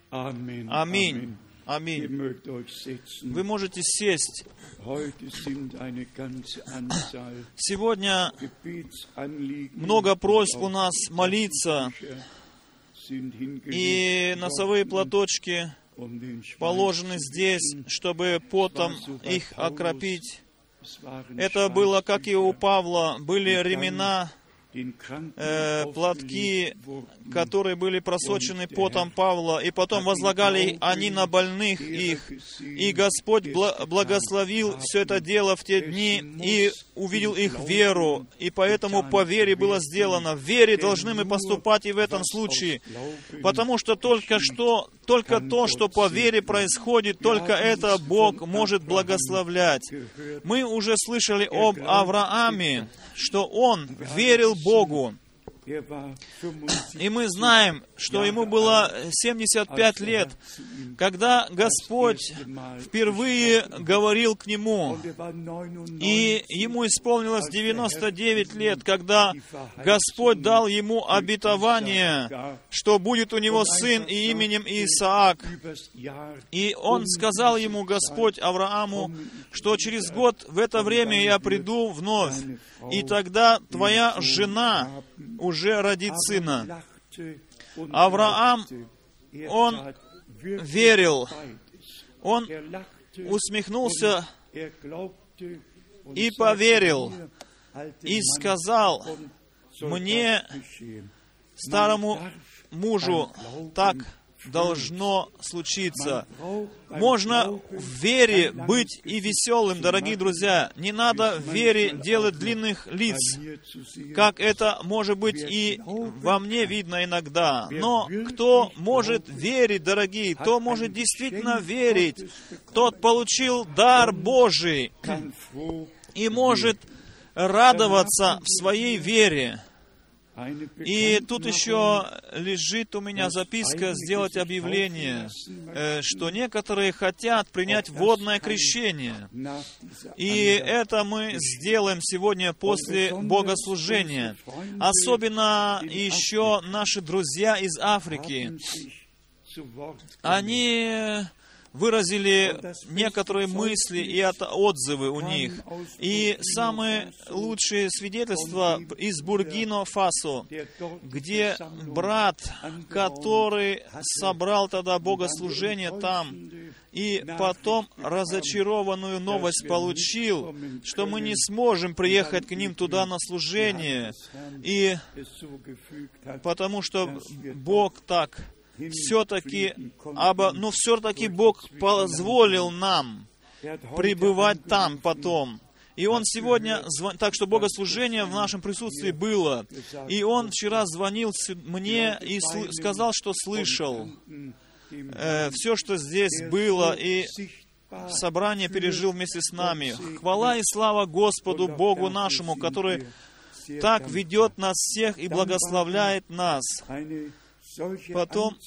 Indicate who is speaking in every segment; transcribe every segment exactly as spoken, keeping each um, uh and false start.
Speaker 1: Аминь. Аминь. Вы можете сесть. Сегодня много просьб у нас молиться, и носовые платочки положены здесь, чтобы потом их окропить. Это было, как и у Павла, были ремена, э, платки, которые были просочены потом Павла, и потом возлагали они на больных их. И Господь благословил все это дело в те дни и увидел их веру, и поэтому по вере было сделано. В вере должны мы поступать и в этом случае, потому что только что, только то, что по вере происходит, только это Бог может благословлять. Мы уже слышали об Аврааме, что он верил Богу. И мы знаем, что ему было семьдесят пять лет, когда Господь впервые говорил к нему. И ему исполнилось девяносто девять лет, когда Господь дал ему обетование, что будет у него сын и именем Исаак. И он сказал ему, Господь, Аврааму, что через год в это время я приду вновь, и тогда твоя жена уже родит сына. Авраам, он верил, он усмехнулся и поверил, и сказал: мне, старому мужу, так должно случиться. Можно в вере быть и веселым, дорогие друзья. Не надо в вере делать длинных лиц, как это может быть и во мне видно иногда. Но кто может верить, дорогие, кто может действительно верить, тот получил дар Божий и может радоваться в своей вере. И тут еще лежит у меня записка сделать объявление, что некоторые хотят принять водное крещение. И это мы сделаем сегодня после богослужения. Особенно еще наши друзья из Африки. Они выразили некоторые мысли и отзывы у них. И самые лучшие свидетельства из Буркина-Фасо, где брат, который собрал тогда богослужение там, и потом разочарованную новость получил, что мы не сможем приехать к ним туда на служение, и потому что Бог так все-таки, но все-таки Бог позволил нам пребывать там потом. И Он сегодня, так что богослужение в нашем присутствии было. И Он вчера звонил мне и сказал, что слышал э, все, что здесь было, и собрание пережил вместе с нами. Хвала и слава Господу Богу нашему, который так ведет нас всех и благословляет нас. Потом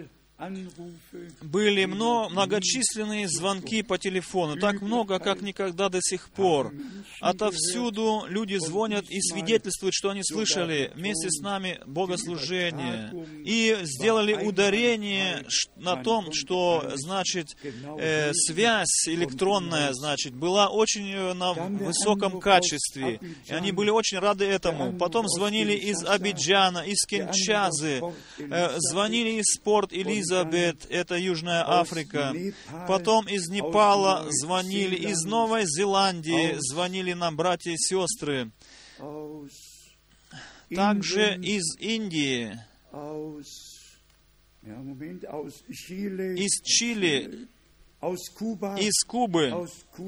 Speaker 1: были многочисленные звонки по телефону, так много, как никогда до сих пор. Отовсюду люди звонят и свидетельствуют, что они слышали вместе с нами богослужение. И сделали ударение на том, что, значит, э, связь электронная, значит, была очень на высоком качестве. И они были очень рады этому. Потом звонили из Абиджана, из Киншасы, э, звонили из Порт-Элизабет, это Южная Африка. Потом из Непала звонили, из Новой Зеландии звонили нам братья и сестры. Также из Индии, из Чили, из Кубы.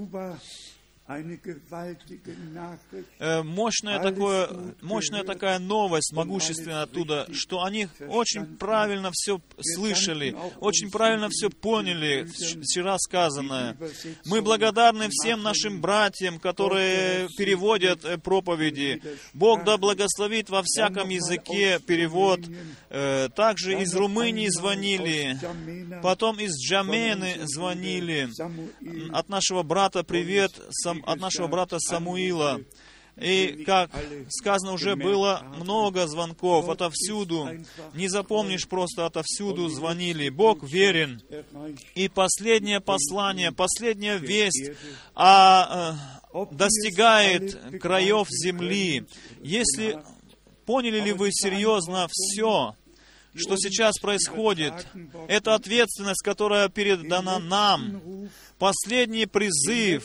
Speaker 1: Мощная, такое, мощная такая новость, могущественная оттуда, что они очень правильно все слышали, очень правильно все поняли, вчера сказанное. Мы благодарны всем нашим братьям, которые переводят проповеди. Бог да благословит во всяком языке перевод. Также из Румынии звонили, потом из Джамены звонили. От нашего брата привет, от нашего брата Самуила. И, как сказано, уже было много звонков отовсюду. Не запомнишь, просто отовсюду звонили. Бог верен. И последнее послание, последняя весть а, а, достигает краев земли. Если поняли ли вы серьезно все, что сейчас происходит, это ответственность, которая передана нам, последний призыв,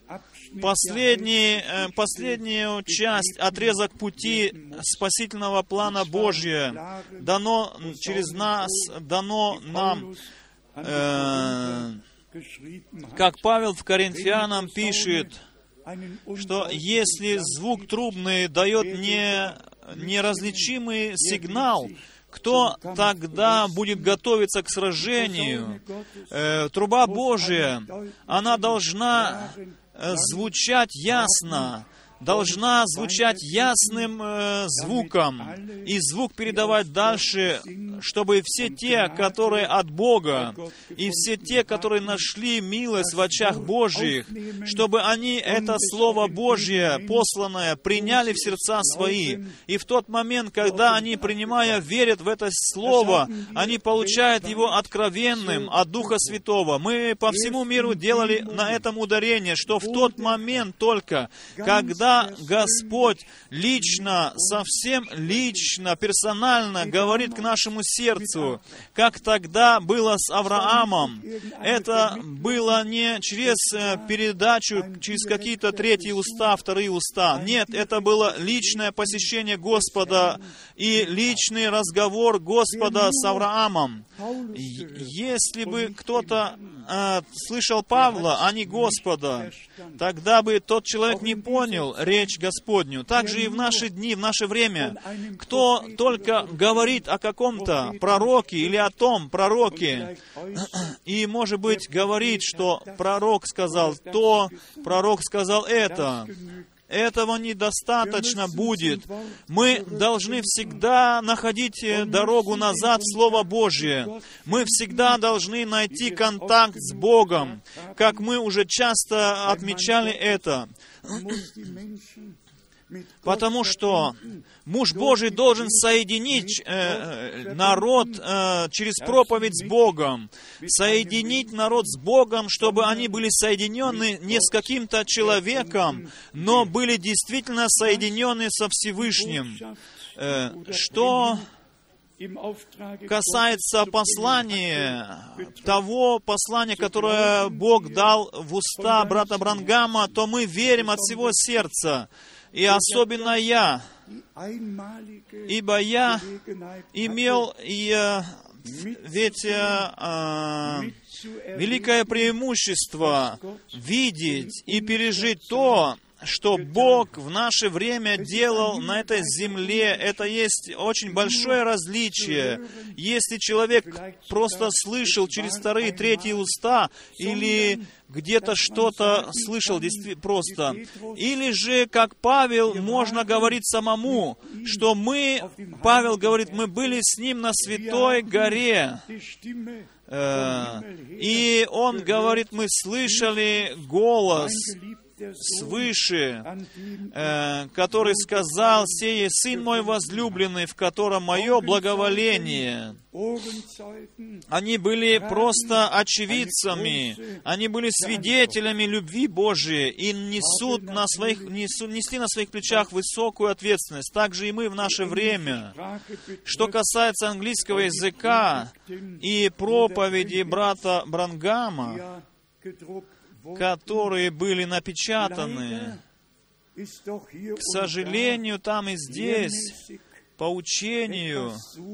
Speaker 1: последний, последнюю часть, отрезок пути спасительного плана Божия, дано через нас, дано нам, э, как Павел в Коринфянам пишет, что если звук трубный дает не, неразличимый сигнал, кто тогда будет готовиться к сражению? Э, труба Божия, она должна э, звучать ясно, должна звучать ясным э, звуком, и звук передавать дальше, чтобы все те, которые от Бога, и все те, которые нашли милость в очах Божьих, чтобы они это Слово Божье, посланное, приняли в сердца свои. И в тот момент, когда они, принимая, верят в это Слово, они получают его откровенным от Духа Святого. Мы по всему миру делали на этом ударение, что в тот момент только, когда Господь лично, совсем лично, персонально говорит к нашему сердцу, как тогда было с Авраамом. Это было не через передачу, через какие-то третьи уста, вторые уста. Нет, это было личное посещение Господа и личный разговор Господа с Авраамом. Если бы кто-то э, слышал Павла, а не Господа, тогда бы тот человек не понял речь Господню. Также и в наши дни, в наше время, кто только говорит о каком-то пророке или о том пророке, и, может быть, говорит, что пророк сказал то, пророк сказал это, этого недостаточно будет. Мы должны всегда находить дорогу назад в Слово Божье. Мы всегда должны найти контакт с Богом, как мы уже часто отмечали это. Потому что муж Божий должен соединить э, народ э, через проповедь с Богом, соединить народ с Богом, чтобы они были соединены не с каким-то человеком, но были действительно соединены со Всевышним. Э, что касается послания, того послания, которое Бог дал в уста брата Бранхама, то мы верим от всего сердца. И особенно я, ибо я имел и, ведь э, великое преимущество видеть и пережить то, что Бог в наше время делал на этой земле. Это есть очень большое различие. Если человек просто слышал через вторые, третьи уста, или где-то что-то слышал действительно просто, или же, как Павел, можно говорить самому, что мы, Павел говорит, мы были с ним на Святой горе. И он говорит, мы слышали голос свыше, э, который сказал: «Сей Сын мой возлюбленный, в котором мое благоволение». Они были просто очевидцами, они были свидетелями любви Божией и несут на своих, несут, несли на своих плечах высокую ответственность. Также и мы в наше время. Что касается английского языка и проповеди брата Бранхама, которые были напечатаны, к сожалению, там и здесь, по учению,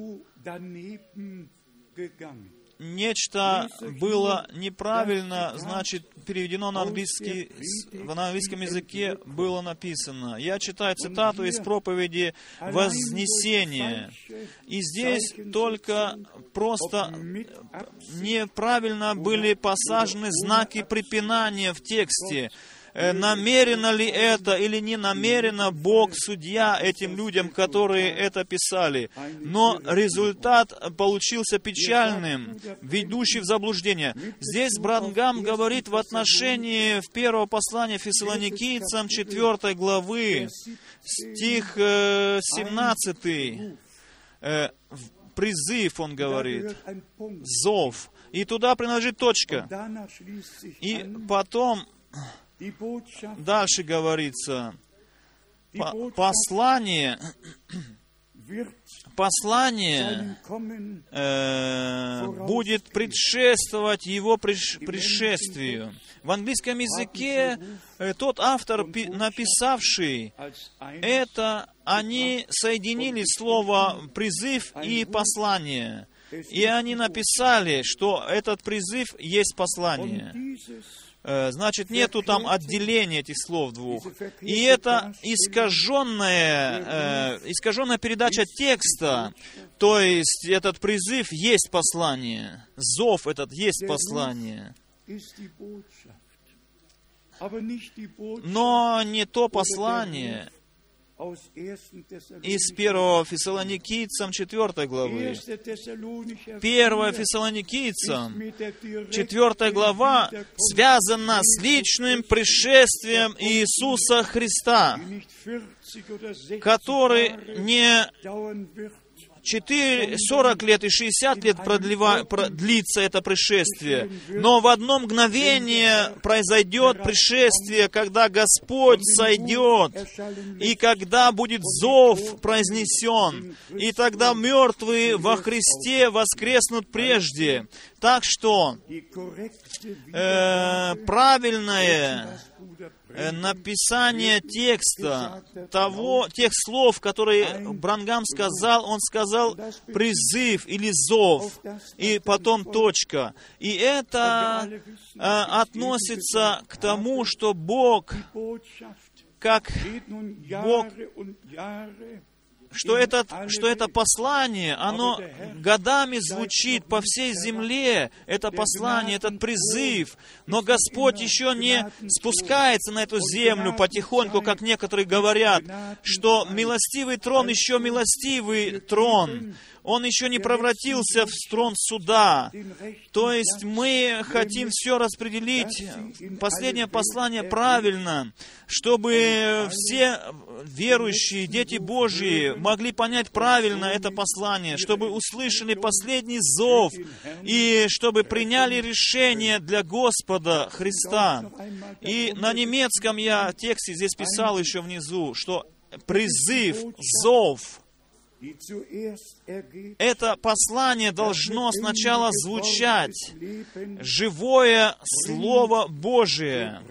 Speaker 1: нечто было неправильно, значит, переведено на английский, на английском языке было написано. Я читаю цитату из проповеди «Вознесение». И здесь только просто неправильно были посажены знаки препинания в тексте. намеренно ли это или не намеренно, Бог судья этим людям, которые это писали. Но результат получился печальным, ведущий в заблуждение. Здесь Бранхам говорит в отношении в первого послания Фессалоникийцам четвёртой главы, стих семнадцатый, призыв, он говорит, зов. И туда принадлежит точка. И потом дальше говорится, послание, послание э, будет предшествовать его приш, пришествию. В английском языке э, тот автор, пи, написавший это, они соединили слово «призыв» и «послание». И они написали, что этот призыв есть послание. Значит, нету там отделения этих слов двух. И это искаженная, э, искаженная передача текста, то есть этот призыв есть послание, зов этот есть послание. Но не то послание из первого Фессалоникийцам четвёртой главы. первое Фессалоникийцам четвёртая глава связана с личным пришествием Иисуса Христа, который не четыре, сорок лет и шестьдесят лет продлива, продлится это пришествие. Но в одно мгновение произойдет пришествие, когда Господь сойдет, и когда будет зов произнесен, и тогда мертвые во Христе воскреснут прежде. Так что э, правильное написание текста, того, тех слов, которые Бранхам сказал, он сказал призыв или зов, и потом точка. И это э, относится к тому, что Бог, как Бог, что, этот, что это послание, оно годами звучит по всей земле, это послание, этот призыв, но Господь еще не спускается на эту землю потихоньку, как некоторые говорят, что милостивый трон еще милостивый трон, он еще не превратился в трон суда. То есть мы хотим все распределить, последнее послание правильно, чтобы все верующие, дети Божьи могли понять правильно это послание, чтобы услышали последний зов и чтобы приняли решение для Господа Христа. И на немецком я в тексте здесь писал еще внизу, что призыв, зов, это послание должно сначала звучать, живое Слово Божие.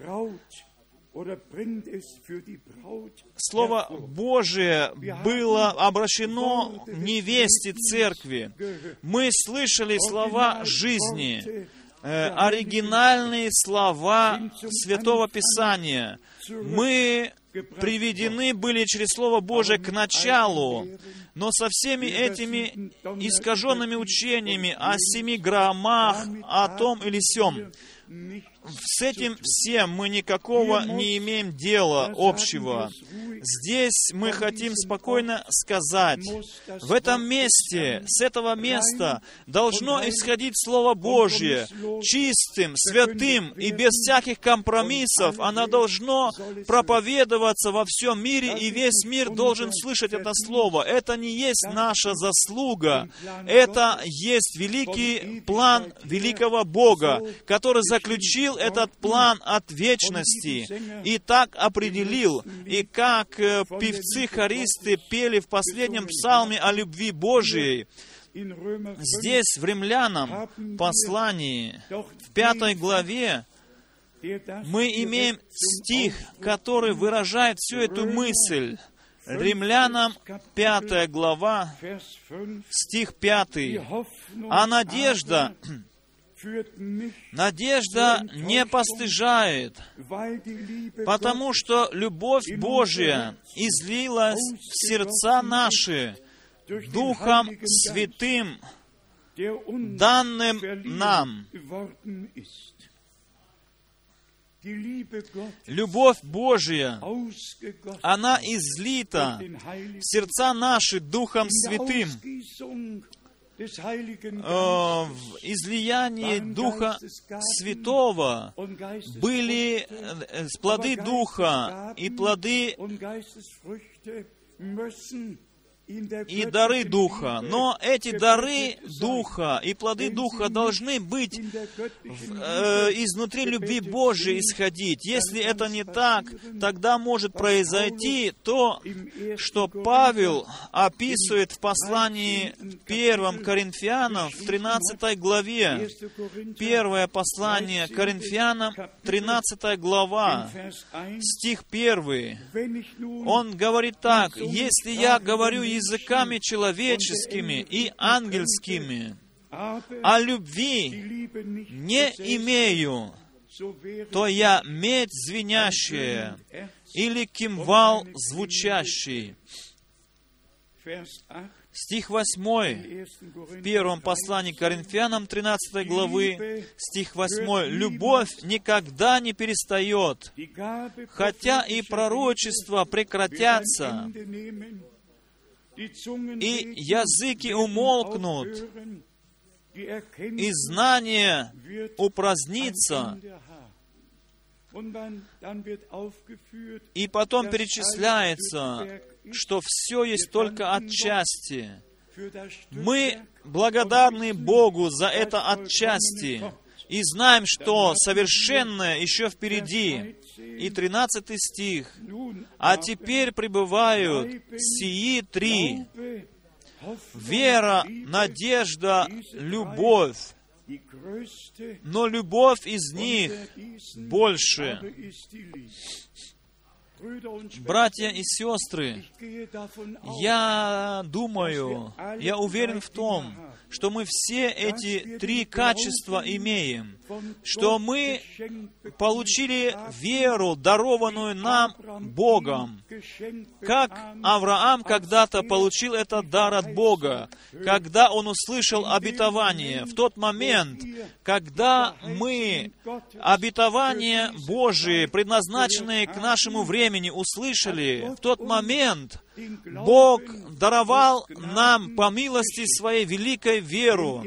Speaker 1: Слово Божие было обращено невесте церкви. Мы слышали слова жизни, э, оригинальные слова Святого Писания. Мы приведены были через Слово Божие к началу, но со всеми этими искаженными учениями о семи громах, о том или сем, с этим всем мы никакого не имеем дела общего. Здесь мы хотим спокойно сказать, в этом месте, с этого места должно исходить Слово Божье чистым, святым и без всяких компромиссов. Оно должно проповедоваться во всем мире, и весь мир должен слышать это Слово. Это не есть наша заслуга. Это есть великий план великого Бога, который заключил этот план от вечности и так определил, и как певцы-хористы пели в последнем псалме о любви Божией. Здесь, в Римлянам, послании, в пятой главе, мы имеем стих, который выражает всю эту мысль. Римлянам, пятая глава, стих пятый. А надежда... Надежда не постыжает, потому что любовь Божия излилась в сердца наши Духом Святым, данным нам. Любовь Божия, она излита в сердца наши Духом Святым. В излиянии Духа Святого были плоды Духа и плоды и дары Духа. Но эти дары Духа и плоды Духа должны быть э, изнутри любви Божией исходить. Если это не так, тогда может произойти то, что Павел описывает в послании первом Коринфянам в тринадцатой главе. Первое послание Коринфянам, тринадцатая глава, стих первый. Он говорит так: «Если я говорю языками человеческими и ангельскими, а любви не имею, то я медь звенящая или кимвал звучащий». Стих восьмой, в первом послании к Коринфянам, тринадцатой главы, стих восьмой. «Любовь никогда не перестает, хотя и пророчества прекратятся, и языки умолкнут, и знание упразднится». И потом перечисляется, что все есть только отчасти. Мы благодарны Богу за это отчасти и знаем, что совершенное еще впереди. И тринадцатый стих. «А теперь пребывают сии три: вера, надежда, любовь. Но любовь из них больше». Братья и сестры, я думаю, я уверен в том, что мы все эти три качества имеем, что мы получили веру, дарованную нам Богом, как Авраам когда-то получил этот дар от Бога, когда он услышал обетование. В тот момент, когда мы обетование Божие, предназначенное к нашему времени, услышали, в тот момент Бог даровал нам по милости Своей великой веру.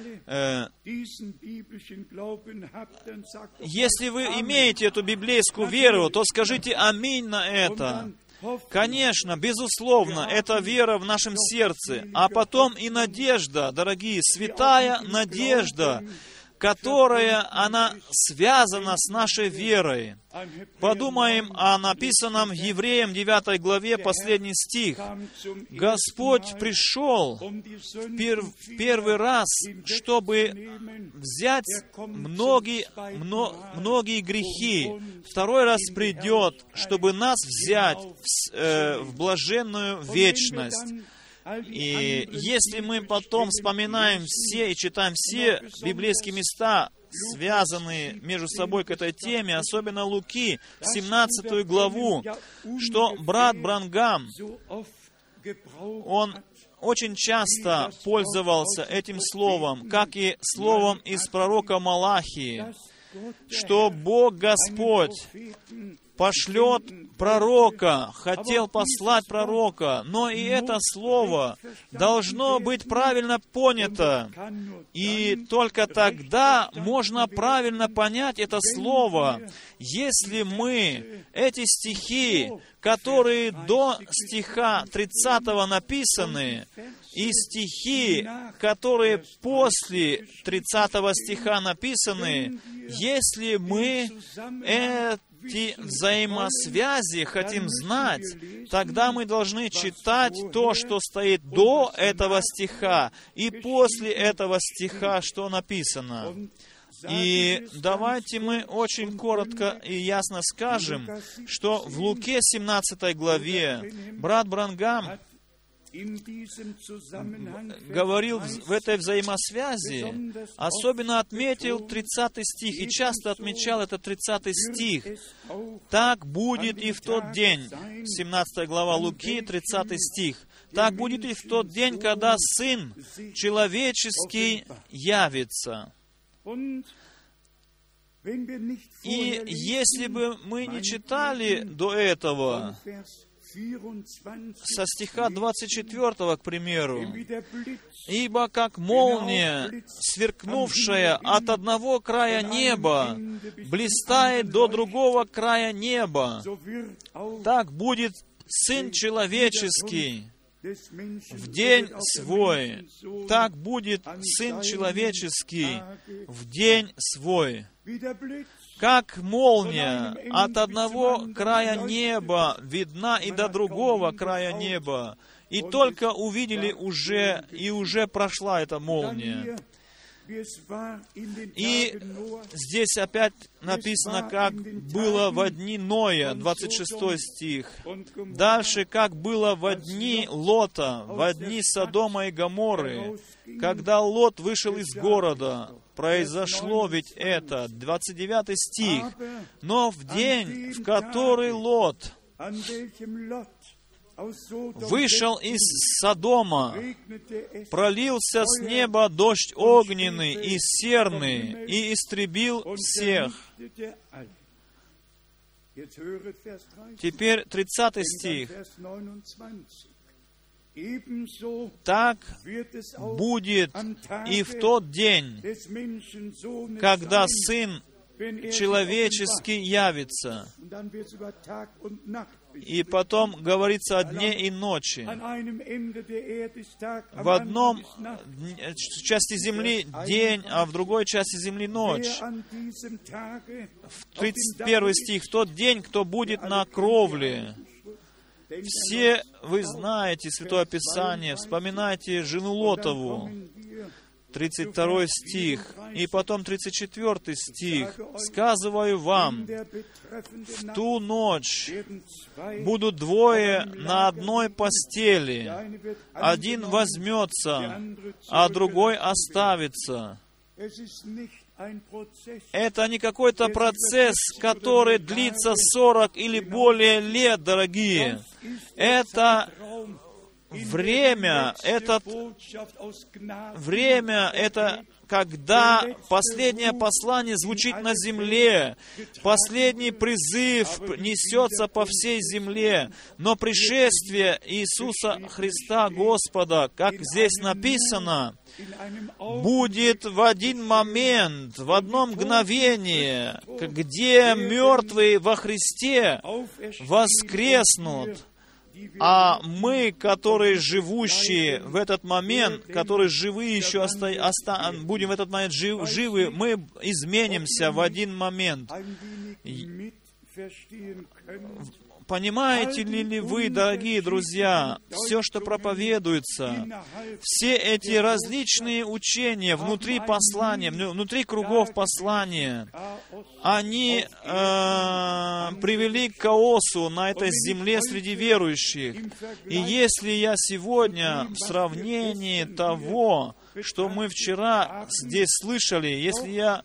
Speaker 1: Если вы имеете эту библейскую веру, то скажите аминь на это. Конечно, безусловно, это вера в нашем сердце, а потом и надежда, дорогие, святая надежда, которая, она связана с нашей верой. Подумаем о написанном в Евреям девятой главе, последний стих. Господь пришел в, пер, в первый раз, чтобы взять многие, мно, многие грехи. Второй раз придет, чтобы нас взять в, э, в блаженную вечность. И если мы потом вспоминаем все и читаем все библейские места, связанные между собой к этой теме, особенно Луки, семнадцатую главу, что брат Бранхам, он очень часто пользовался этим словом, как и словом из пророка Малахии, что Бог Господь пошлет пророка, хотел послать пророка, но и это слово должно быть правильно понято. И только тогда можно правильно понять это слово, если мы эти стихи, которые до стиха тридцатого написаны, и стихи, которые после тридцатого стиха написаны, если мы это эти взаимосвязи хотим знать, тогда мы должны читать то, что стоит до этого стиха, и после этого стиха, что написано. И давайте мы очень коротко и ясно скажем, что в Луке семнадцатой главе брат Бранхам говорил в этой взаимосвязи, особенно отметил тридцатый стих, и часто отмечал этот тридцатый стих. «Так будет и в тот день», семнадцатая глава Луки, тридцатый стих, «Так будет и в тот день, когда Сын Человеческий явится». И если бы мы не читали до этого, со стиха двадцать четвёртого, к примеру, «Ибо как молния, сверкнувшая от одного края неба, блистает до другого края неба, так будет Сын Человеческий в день свой, так будет Сын Человеческий в день свой». Как молния от одного края неба видна и до другого края неба. И только увидели уже, и уже прошла эта молния. И здесь опять написано, как было во дни Ноя, двадцать шестой стих. Дальше, как было во дни Лота, во дни Содома и Гоморры, когда Лот вышел из города. Произошло ведь это, двадцать девятый стих. Но в день, в который Лот вышел из Содома, пролился с неба дождь огненный и серный, и истребил всех. Теперь тридцатый стих. Так будет и в тот день, когда Сын Человеческий явится. И потом говорится о дне и ночи. В одном части земли день, а в другой части земли ночь. В тридцать первый стих. В тот день, кто будет на кровле. Все вы знаете Святое Писание, вспоминайте жену Лотову. тридцать второй стих. И потом тридцать четвёртый стих. «Сказываю вам, в ту ночь будут двое на одной постели. Один возьмется, а другой оставится». Это не какой-то процесс, который длится сорок или более лет, дорогие. Это время, это время, это когда последнее послание звучит на земле, последний призыв несется по всей земле, но пришествие Иисуса Христа Господа, как здесь написано, будет в один момент, в одно мгновение, где мертвые во Христе воскреснут, а мы, которые живущие в этот момент, которые живые еще оста... оста... будем в этот момент жив... живы, мы изменимся в один момент. Понимаете ли вы, дорогие друзья, все, что проповедуется, все эти различные учения внутри послания, внутри кругов послания, они э, привели к хаосу на этой земле среди верующих. И если я сегодня в сравнении того, что мы вчера здесь слышали, если я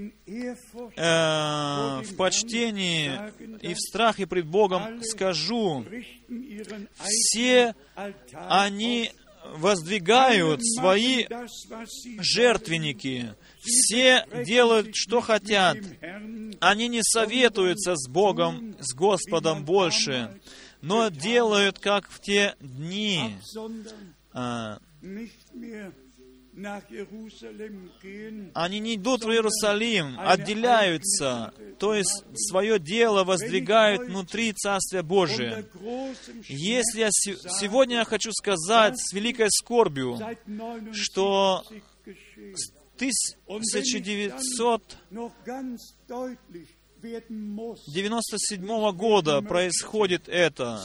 Speaker 1: Э, в почтении и в страхе пред Богом скажу, все они воздвигают свои жертвенники, все делают, что хотят. Они не советуются с Богом, с Господом больше, но делают, как в те дни. Они не идут в Иерусалим, отделяются, то есть свое дело воздвигают внутри Царствия Божия. Если я сегодня я хочу сказать с великой скорбью, что с тысяча девятьсот девяносто седьмого года происходит это,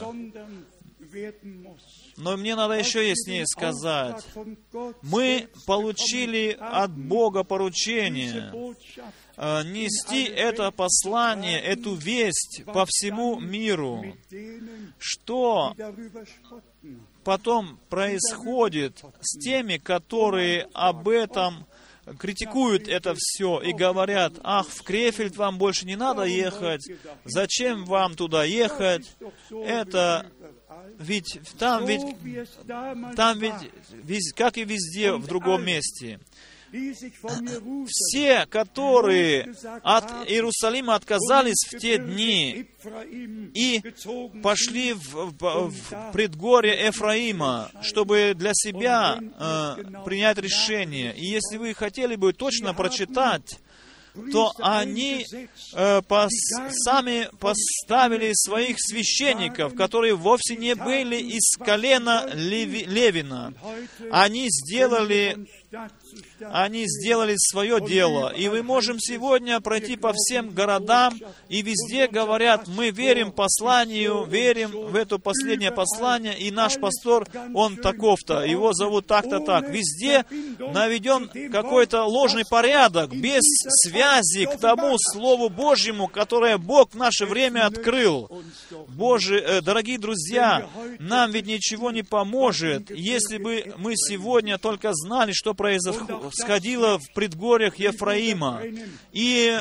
Speaker 1: но мне надо еще яснее сказать. Мы получили от Бога поручение э, нести это послание, эту весть по всему миру. Что потом происходит с теми, которые об этом критикуют это все и говорят: ах, в Крефельд вам больше не надо ехать, зачем вам туда ехать? Это ведь там ведь, там ведь, как и везде в другом месте. все, которые от Иерусалима отказались в те дни и пошли в, в, в предгорье Ефраима, чтобы для себя э, принять решение. И если вы хотели бы точно прочитать, то они э, пос, сами поставили своих священников, которые вовсе не были из колена Леви, Левина. Они сделали, они сделали свое дело. И мы можем сегодня пройти по всем городам, и везде говорят: мы верим посланию, верим в это последнее послание, и наш пастор, он таков-то, его зовут так-то так. Везде наведен какой-то ложный порядок, без связи к тому Слову Божьему, которое Бог в наше время открыл. Боже, э, дорогие друзья, нам ведь ничего не поможет, если бы мы сегодня только знали, что происходило в предгорьях Ефраима. И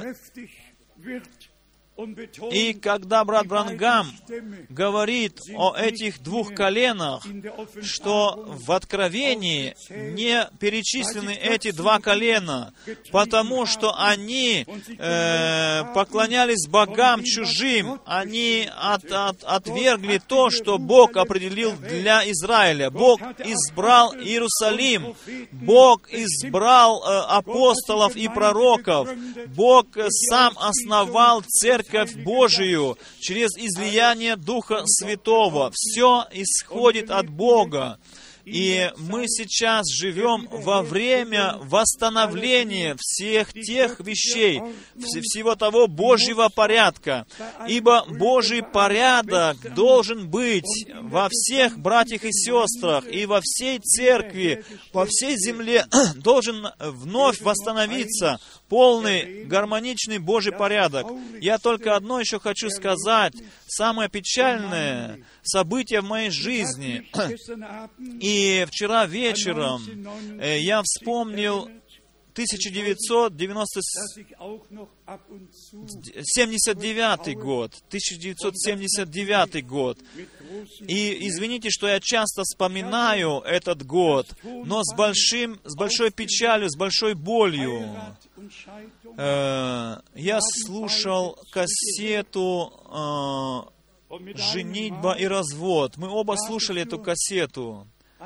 Speaker 1: И когда брат Бранхам говорит о этих двух коленах, что в Откровении не перечислены эти два колена, потому что они э, поклонялись богам чужим, они от, от, отвергли то, что Бог определил для Израиля. Бог избрал Иерусалим, Бог избрал э, апостолов и пророков, Бог сам основал церковь Божию через излияние Духа Святого. Все исходит от Бога. И мы сейчас живем во время восстановления всех тех вещей, всего того Божьего порядка. Ибо Божий порядок должен быть во всех братьях и сестрах, и во всей церкви, во всей земле должен вновь восстановиться полный, гармоничный Божий порядок. Я только одно еще хочу сказать. Самое печальное событие в моей жизни. И вчера вечером я вспомнил тысяча девятьсот семьдесят девятый год. тысяча девятьсот семьдесят девятый год. И извините, что я часто вспоминаю этот год, но с, большим, с большой печалью, с большой болью. Э, я слушал кассету э, «Женитьба и развод». Мы оба слушали эту кассету.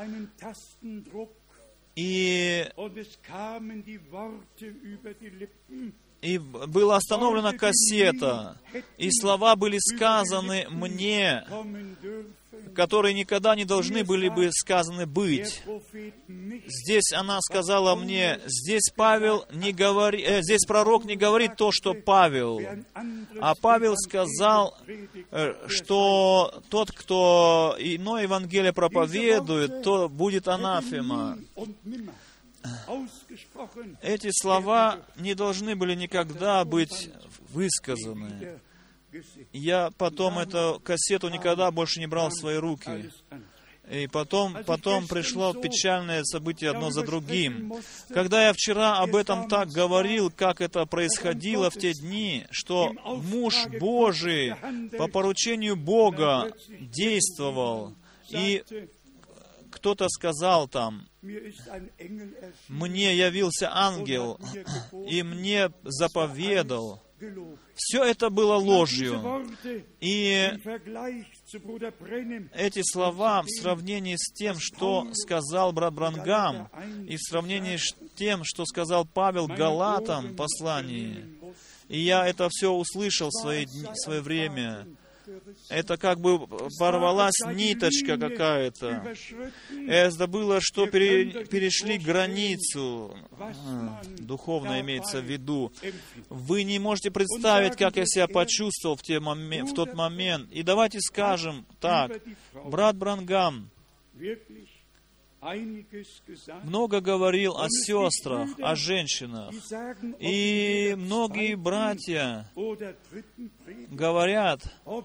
Speaker 1: И, и была остановлена кассета, и слова были сказаны мне, которые никогда не должны были бы сказаны быть. Здесь она сказала мне: здесь Павел не говори, э, здесь пророк не говорит то, что Павел. А Павел сказал, э, что тот, кто иное Евангелие проповедует, то будет анафема. Эти слова не должны были никогда быть высказаны. Я потом эту кассету никогда больше не брал в свои руки. И потом, потом пришло печальное событие одно за другим. Когда я вчера об этом так говорил, как это происходило в те дни, что муж Божий по поручению Бога действовал, и кто-то сказал там: «Мне явился ангел, и мне заповедал». Все это было ложью. И эти слова в сравнении с тем, что сказал брат Бранхам, и в сравнении с тем, что сказал Павел Галатам в послании, и я это все услышал в свое, в свое время, это как бы порвалась ниточка какая-то. Это было, что пере, перешли границу, духовно имеется в виду. Вы не можете представить, как я себя почувствовал в, те момент, в тот момент. И давайте скажем так: брат Бранхам много говорил о сестрах, о женщинах. И многие братья говорят, а,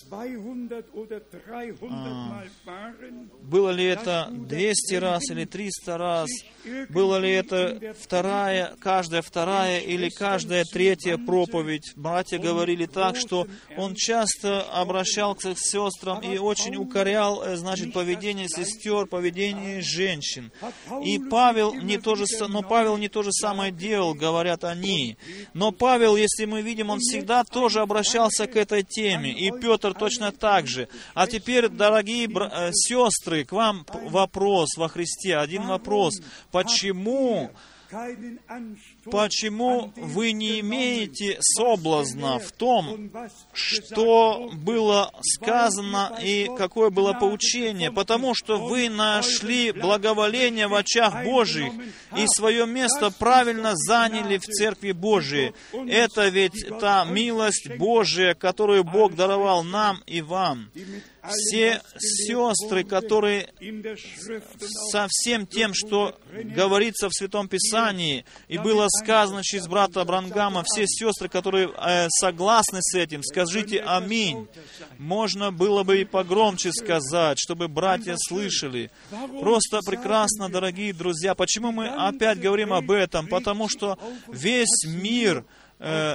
Speaker 1: было ли это двести раз или триста раз, было ли это вторая, каждая вторая или каждая третья проповедь. Братья говорили так, что он часто обращался к сестрам и очень укорял, значит, поведение сестер, поведение женщин. И Павел не то же, но Павел не то же самое делал, говорят они. Но Павел, если мы видим, он всегда тоже обращался к этой теме. И Петр точно так же. А теперь, дорогие бра- сестры, к вам вопрос во Христе. Один вопрос. Почему... Почему вы не имеете соблазна в том, что было сказано и какое было поучение? Потому что вы нашли благоволение в очах Божьих и свое место правильно заняли в Церкви Божией. Это ведь та милость Божия, которую Бог даровал нам и вам. Все сестры, которые со всем тем, что говорится в Святом Писании, и было сказано через брата Бранхама, все сестры, которые э, согласны с этим, скажите «Аминь». Можно было бы и погромче сказать, чтобы братья слышали. Просто прекрасно, дорогие друзья. Почему мы опять говорим об этом? Потому что весь мир э,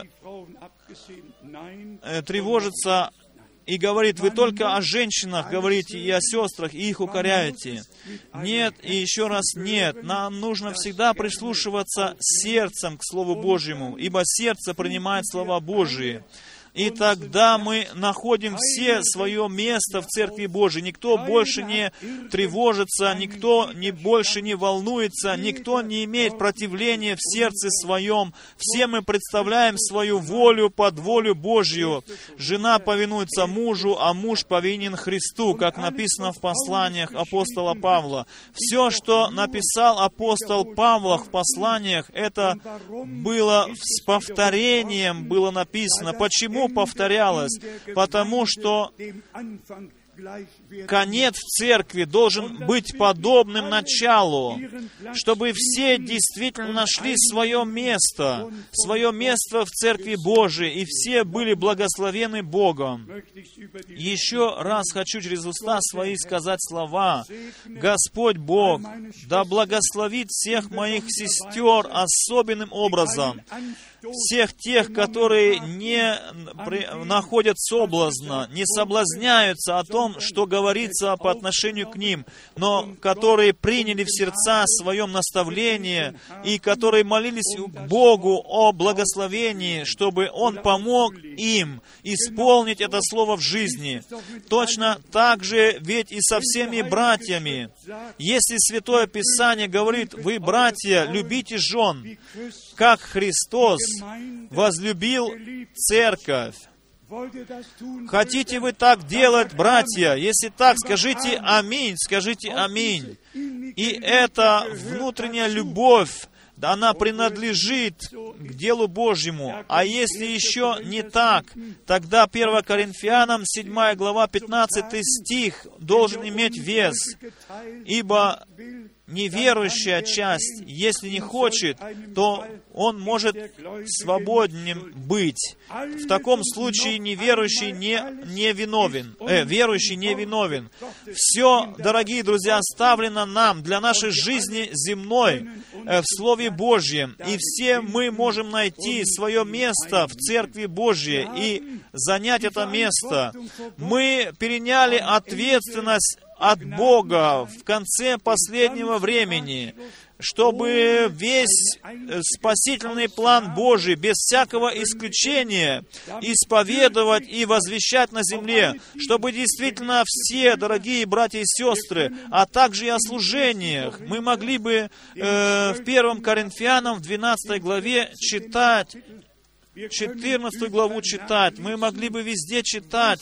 Speaker 1: э, тревожится и говорит, вы только о женщинах говорите и о сестрах, и их укоряете. Нет, и еще раз нет. Нам нужно всегда прислушиваться сердцем к Слову Божьему, ибо сердце принимает слова Божьи. И тогда мы находим все свое место в Церкви Божией. Никто больше не тревожится, никто не больше не волнуется, никто не имеет противления в сердце своем. Все мы представляем свою волю под волю Божью. Жена повинуется мужу, а муж повинен Христу, как написано в посланиях апостола Павла. Все, что написал апостол Павел в посланиях, это было с повторением было написано. Почему повторялось? Потому что конец в церкви должен быть подобным началу, чтобы все действительно нашли свое место, свое место в Церкви Божией, и все были благословены Богом. Еще раз хочу через уста свои сказать слова. Господь Бог, да благословит всех моих сестер особенным образом, всех тех, которые не при, находят соблазна, не соблазняются о том, что говорится по отношению к ним, но которые приняли в сердца своем наставление и которые молились к Богу о благословении, чтобы Он помог им исполнить это слово в жизни. Точно так же ведь и со всеми братьями. Если Святое Писание говорит, вы, братья, любите жен, как Христос возлюбил церковь. Хотите вы так делать, братья? Если так, скажите «Аминь», скажите «Аминь». И эта внутренняя любовь, она принадлежит к делу Божьему. А если еще не так, тогда первое Коринфянам, седьмая глава, пятнадцатый стих должен иметь вес. Ибо неверующая часть, если не хочет, то он может свободным быть. В таком случае неверующий не, не виновен. Э, верующий не виновен. Все, дорогие друзья, оставлено нам для нашей жизни земной э, в Слове Божьем. И все мы можем найти свое место в Церкви Божьей и занять это место. Мы переняли ответственность от Бога в конце последнего времени, чтобы весь спасительный план Божий без всякого исключения исповедовать и возвещать на земле, чтобы действительно все, дорогие братья и сестры, а также и о служениях, мы могли бы э, в первом Коринфянам, в двенадцатой главе читать, четырнадцатую главу читать, мы могли бы везде читать,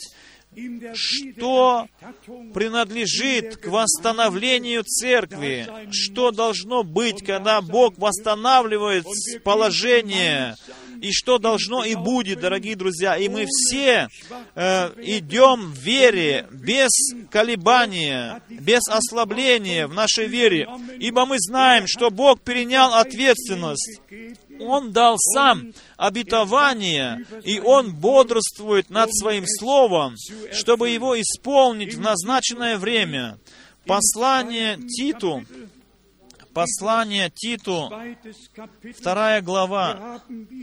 Speaker 1: что принадлежит к восстановлению церкви, что должно быть, когда Бог восстанавливает положение, и что должно и будет, дорогие друзья. И мы все э, идем в вере, без колебания, без ослабления в нашей вере, ибо мы знаем, что Бог перенял ответственность. Он дал сам обетование, и Он бодрствует над Своим Словом, чтобы его исполнить в назначенное время. Послание Титу, послание Титу, вторая глава,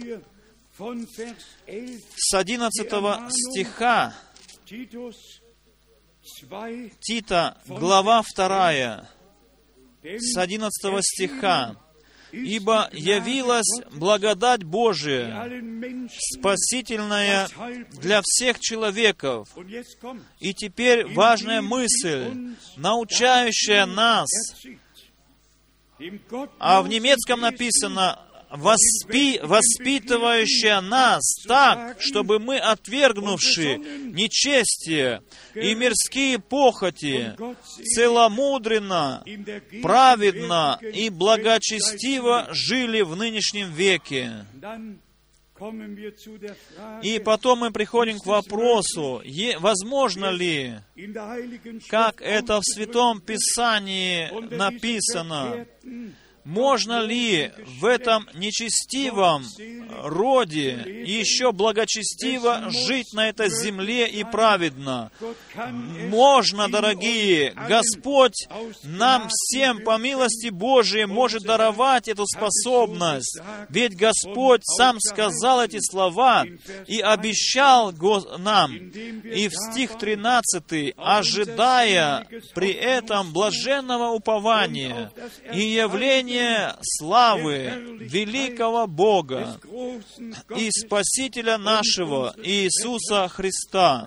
Speaker 1: с одиннадцатого стиха, Тита, глава вторая. с одиннадцатого стиха. «Ибо явилась благодать Божия, спасительная для всех человеков». И теперь важная мысль, научающая нас, а в немецком написано Воспи, воспитывающая нас так, чтобы мы, отвергнувши нечестие и мирские похоти, целомудренно, праведно и благочестиво жили в нынешнем веке. И потом мы приходим к вопросу, возможно ли, как это в Святом Писании написано, можно ли в этом нечестивом роде еще благочестиво жить на этой земле и праведно? Можно, дорогие, Господь нам всем по милости Божией может даровать эту способность. Ведь Господь сам сказал эти слова и обещал нам. И в стих тринадцатый, ожидая при этом блаженного упования и явления славы великого Бога и Спасителя нашего Иисуса Христа.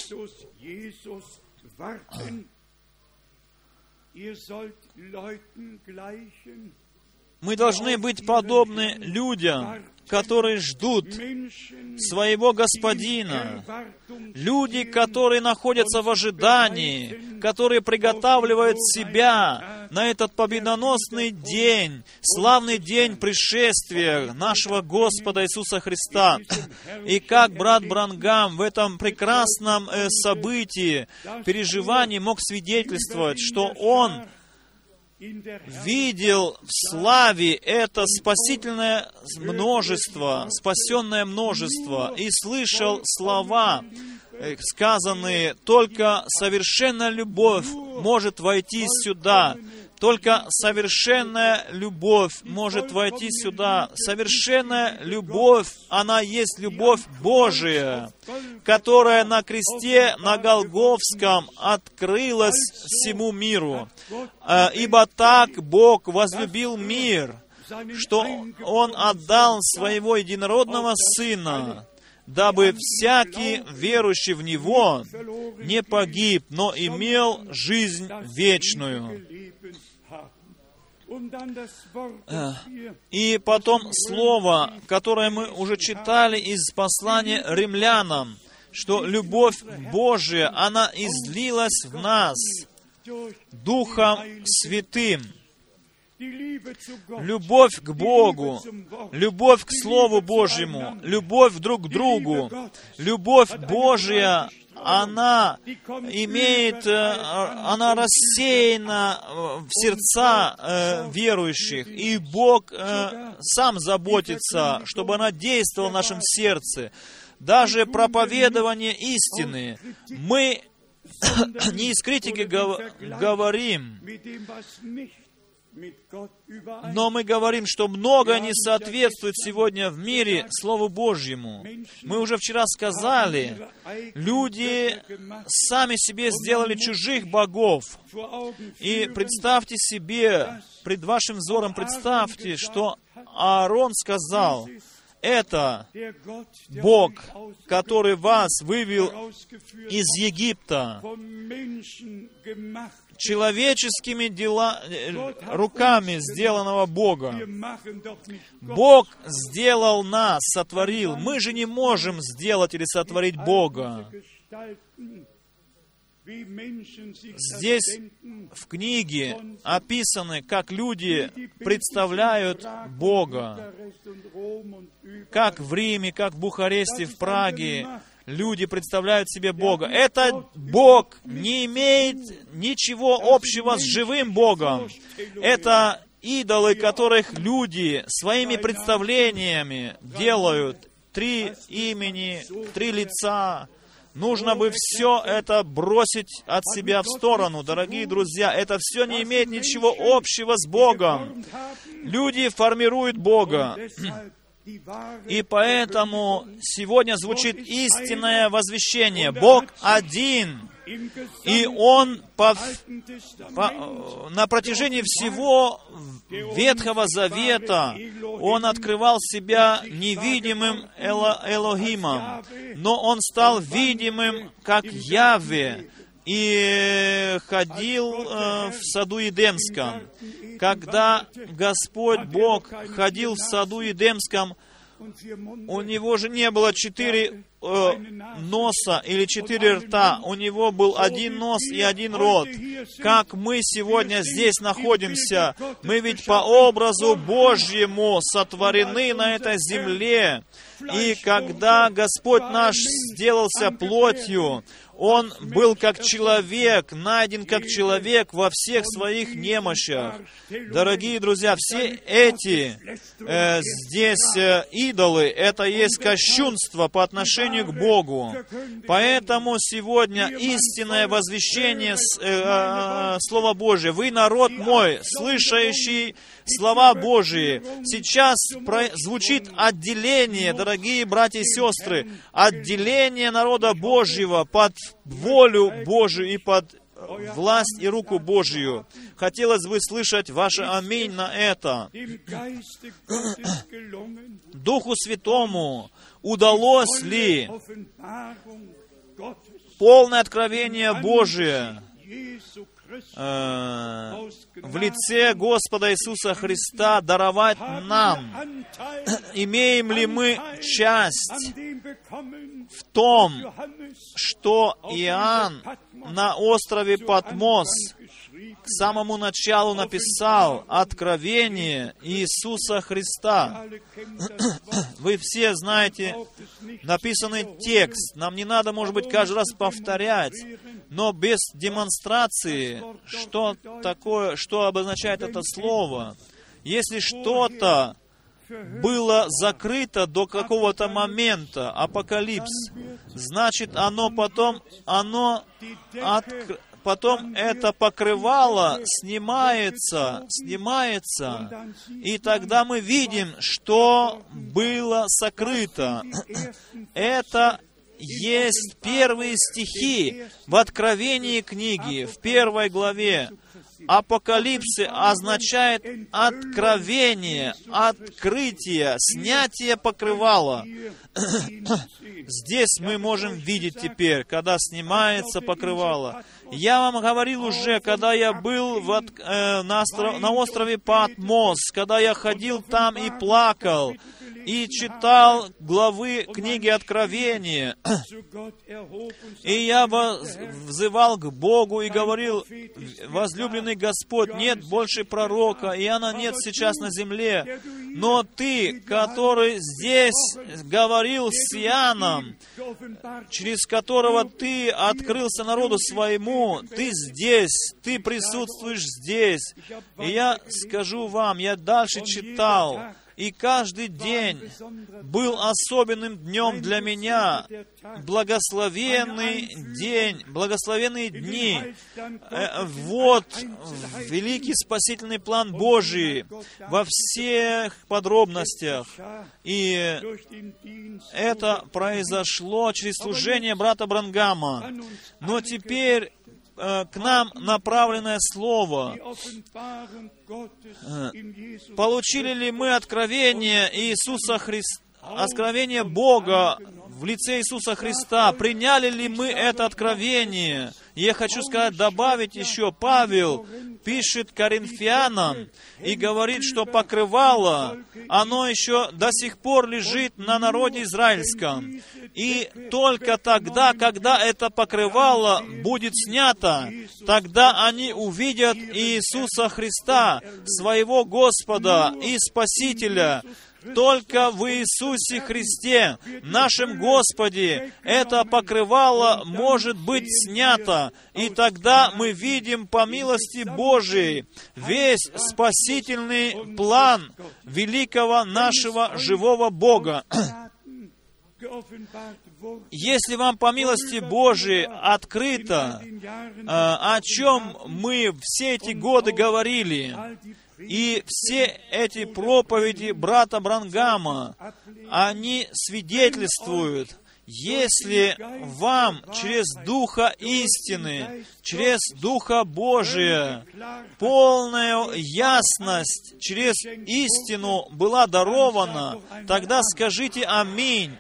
Speaker 1: Мы должны быть подобны людям, которые ждут своего Господина. Люди, которые находятся в ожидании, которые приготавливают себя на этот победоносный день, славный день пришествия нашего Господа Иисуса Христа. И как брат Бранхам в этом прекрасном событии, переживании мог свидетельствовать, что он видел в славе это спасительное множество, спасенное множество, и слышал слова, сказанные: «Только совершенная любовь может войти сюда». Только совершенная любовь может войти сюда. Совершенная любовь, она есть любовь Божия, которая на кресте на Голгофском открылась всему миру. Ибо так Бог возлюбил мир, что Он отдал Своего единородного Сына, дабы всякий, верующий в Него, не погиб, но имел жизнь вечную. И потом слово, которое мы уже читали из послания римлянам, что любовь Божия, она излилась в нас Духом Святым. Любовь к Богу, любовь к Слову Божьему, любовь друг к другу, любовь Божия, она имеет, она рассеяна в сердца верующих, и Бог сам заботится, чтобы она действовала в нашем сердце. Даже проповедование истины. Мы не из критики говорим, но мы говорим, что многое не соответствует сегодня в мире Слову Божьему. Мы уже вчера сказали, люди сами себе сделали чужих богов. И представьте себе, пред вашим взором представьте, что Аарон сказал: «Это Бог, который вас вывел из Египта человеческими дела, руками сделанного Бога. Бог сделал нас, сотворил. Мы же не можем сделать или сотворить Бога». Здесь в книге описаны, как люди представляют Бога. Как в Риме, как в Бухаресте, в Праге люди представляют себе Бога. Этот Бог не имеет ничего общего с живым Богом. Это идолы, которых люди своими представлениями делают. Три имени, три лица. Нужно бы все это бросить от себя в сторону, дорогие друзья. Это все не имеет ничего общего с Богом. Люди формируют Бога. И поэтому сегодня звучит истинное возвещение. Бог один. И Он по, по, на протяжении всего Ветхого Завета Он открывал себя невидимым Эло, Элохимом, но Он стал видимым как Яве и ходил э, в саду Эдемском. Когда Господь Бог ходил в саду Эдемском, у Него же не было четыре э, носа или четыре рта. У Него был один нос и один рот. Как мы сегодня здесь находимся, мы ведь по образу Божьему сотворены на этой земле. И когда Господь наш сделался плотью, Он был как человек, найден как человек во всех своих немощах. Дорогие друзья, все эти э, здесь э, идолы, это есть кощунство по отношению к Богу. Поэтому сегодня истинное возвещение э, э, Слова Божия. Вы, народ мой, слышащий слова Божии. Сейчас про... звучит отделение, дорогие братья и сестры, отделение народа Божьего под волю Божию и под власть и руку Божию. Хотелось бы слышать ваше аминь на это. Духу Святому удалось ли полное откровение Божие в лице Господа Иисуса Христа даровать нам? Имеем ли мы часть в том, что Иоанн на острове Патмос к самому началу написал откровение Иисуса Христа? Вы все знаете написанный текст. Нам не надо, может быть, каждый раз повторять, но без демонстрации, что такое, что обозначает это слово. Если что-то было закрыто до какого-то момента, апокалипс, значит, оно потом, оно открыто. Потом это покрывало снимается, снимается, и тогда мы видим, что было сокрыто. Это есть первые стихи в Откровении книги, в первой главе. Апокалипсы означает откровение, открытие, снятие покрывала. Здесь мы можем видеть теперь, когда снимается покрывало. Я вам говорил уже, когда я был в, э, на, остров, на острове Патмос, когда я ходил там и плакал, и читал главы книги Откровения. И я взывал к Богу и говорил: возлюбленный Господь, нет больше пророка, Иоанна нет сейчас на земле, но Ты, который здесь говорил с Иоанном, через которого Ты открылся народу своему, Ты здесь, Ты присутствуешь здесь. И я скажу вам, я дальше читал, и каждый день был особенным днем для меня. Благословенный день, благословенные дни. Вот великий спасительный план Божий во всех подробностях. И это произошло через служение брата Бранхама. Но теперь к нам направленное слово. Получили ли мы откровение Иисуса Христа, откровение Бога в лице Иисуса Христа? Приняли ли мы это откровение? И я хочу сказать, добавить еще, Павел пишет Коринфянам и говорит, что покрывало, оно еще до сих пор лежит на народе израильском. И только тогда, когда это покрывало будет снято, тогда они увидят Иисуса Христа, своего Господа и Спасителя. Только в Иисусе Христе, нашем Господе, это покрывало может быть снято. И тогда мы видим по милости Божией весь спасительный план великого нашего живого Бога. Если вам по милости Божией открыто, о чем мы все эти годы говорили, и все эти проповеди брата Бранхама, они свидетельствуют, если вам через Духа истины, через Духа Божия, полная ясность через истину была дарована, тогда скажите «Аминь».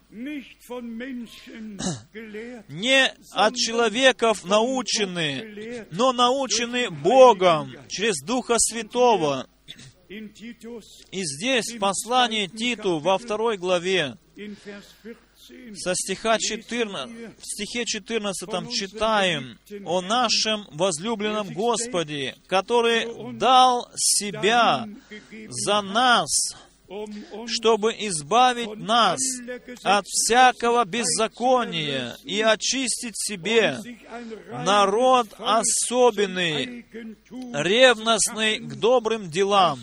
Speaker 1: Не от человеков научены, но научены Богом через Духа Святого. И здесь в послании Титу во второй главе, со стиха четырнадцатого, в стихе четырнадцатом читаем о нашем возлюбленном Господе, который дал Себя за нас, чтобы избавить нас от всякого беззакония и очистить себе народ особенный, ревностный к добрым делам.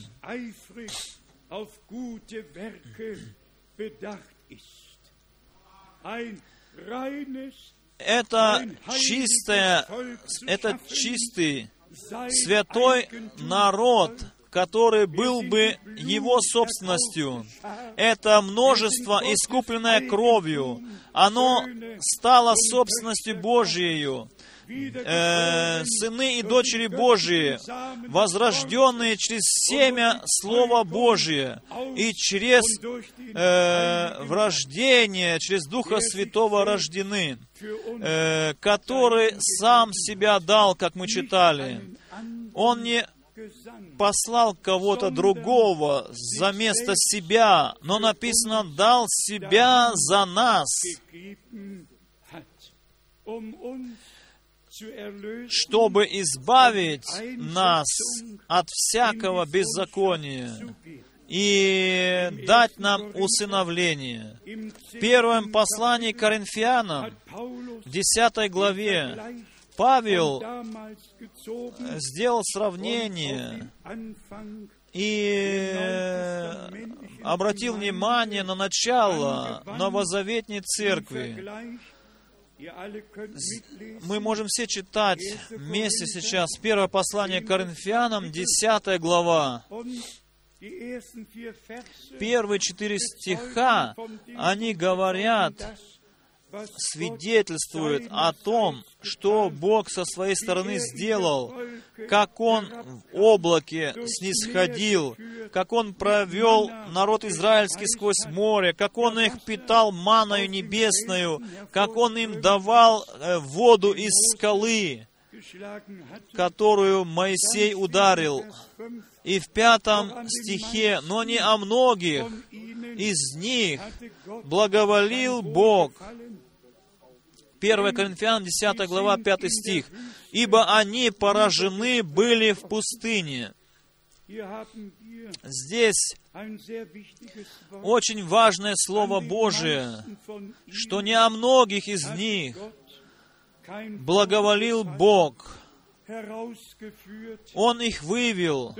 Speaker 1: Это чистое, это чистый, святой народ, который был бы его собственностью. Это множество, искупленное кровью. Оно стало собственностью Божией. Э, сыны и дочери Божии, возрожденные через семя Слова Божие и через э, врождение, через Духа Святого рождены, э, который сам себя дал, как мы читали. Он не послал кого-то другого за место себя, но написано, дал себя за нас, чтобы избавить нас от всякого беззакония и дать нам усыновление. В первом послании к Коринфянам, в десятой главе, Павел сделал сравнение и обратил внимание на начало новозаветней церкви. Мы можем все читать вместе сейчас первое послание к Коринфянам, десятая глава. Первые четыре стиха, они говорят, свидетельствуют о том, что Бог со своей стороны сделал, как Он в облаке снисходил, как Он провел народ израильский сквозь море, как Он их питал манною небесною, как Он им давал воду из скалы, которую Моисей ударил. И в пятом стихе, но не о многих из них благоволил Бог. первое Коринфянам, десятая глава, пятый стих. «Ибо они поражены были в пустыне». Здесь очень важное Слово Божие, что не о многих из них благоволил Бог. Он их вывел,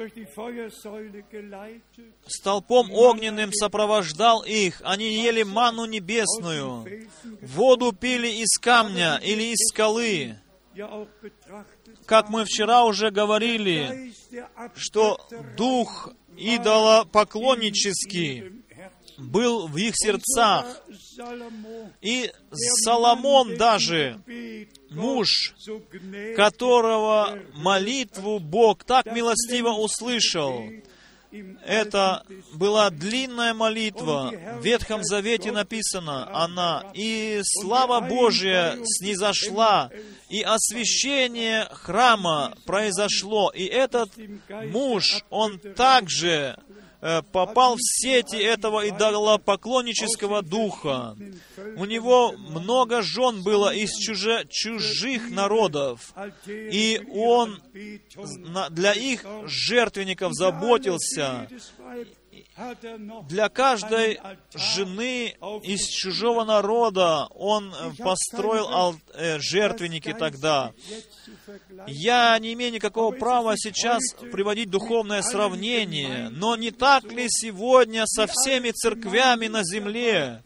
Speaker 1: столпом огненным сопровождал их, они ели манну небесную, воду пили из камня или из скалы. Как мы вчера уже говорили, что дух идолопоклоннический был в их сердцах. И Соломон даже, муж, которого молитву Бог так милостиво услышал, это была длинная молитва. В Ветхом Завете написано она, и слава Божия снизошла, и освящение храма произошло. И этот муж, он также попал в сети этого идолопоклоннического духа. У него много жен было из чуже, чужих народов, и он для их жертвенников заботился. Для каждой жены из чужого народа он построил жертвенники тогда. Я не имею никакого права сейчас приводить духовное сравнение, но не так ли сегодня со всеми церквями на земле?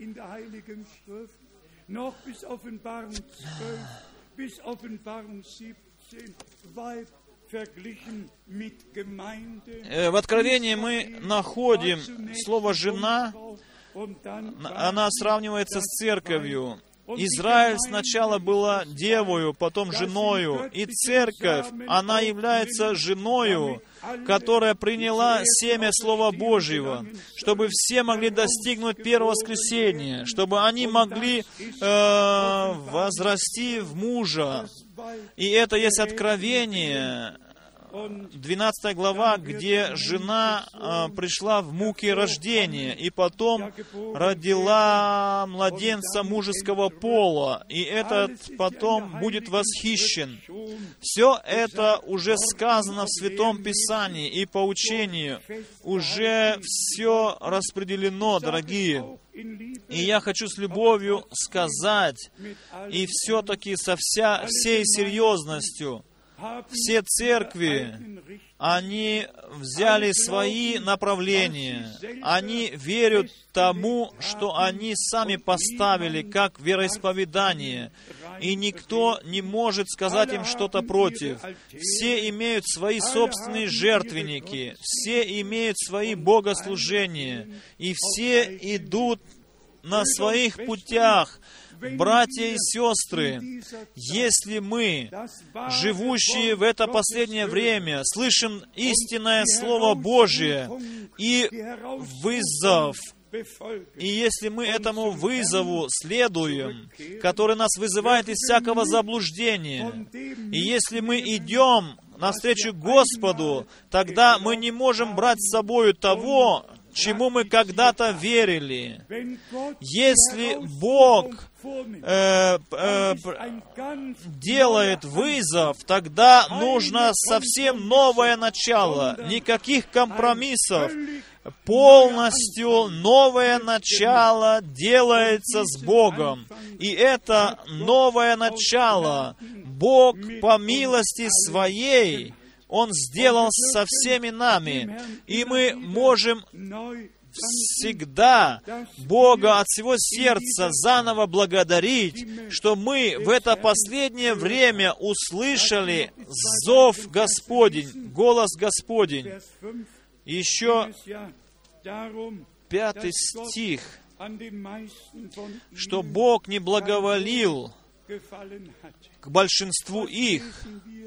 Speaker 1: В Откровении мы находим слово «жена», она сравнивается с церковью. Израиль сначала была девою, потом женою, и церковь, она является женою, которая приняла семя Слова Божьего, чтобы все могли достигнуть первого воскресения, чтобы они могли э, возрасти в мужа. И это есть откровение, двенадцатая глава, где жена э, пришла в муки рождения, и потом родила младенца мужеского пола, и этот потом будет восхищен. Все это уже сказано в Святом Писании, и по учению уже все распределено, дорогие. И я хочу с любовью сказать, и все-таки со вся, всей серьезностью, все церкви, они взяли свои направления, они верят тому, что они сами поставили как вероисповедание, и никто не может сказать им что-то против. Все имеют свои собственные жертвенники, все имеют свои богослужения, и все идут на своих путях. Братья и сестры, если мы, живущие в это последнее время, слышим истинное Слово Божие и вызов, и если мы этому вызову следуем, который нас вызывает из всякого заблуждения, и если мы идем навстречу Господу, тогда мы не можем брать с собой того, чему мы когда-то верили. Если Бог э, э, делает вызов, тогда нужно совсем новое начало, никаких компромиссов. Полностью новое начало делается с Богом. И это новое начало Бог по милости Своей Он сделал со всеми нами. И мы можем всегда Бога от всего сердца заново благодарить, что мы в это последнее время услышали зов Господень, голос Господень. Еще пятый стих, что Бог не благоволил к большинству их.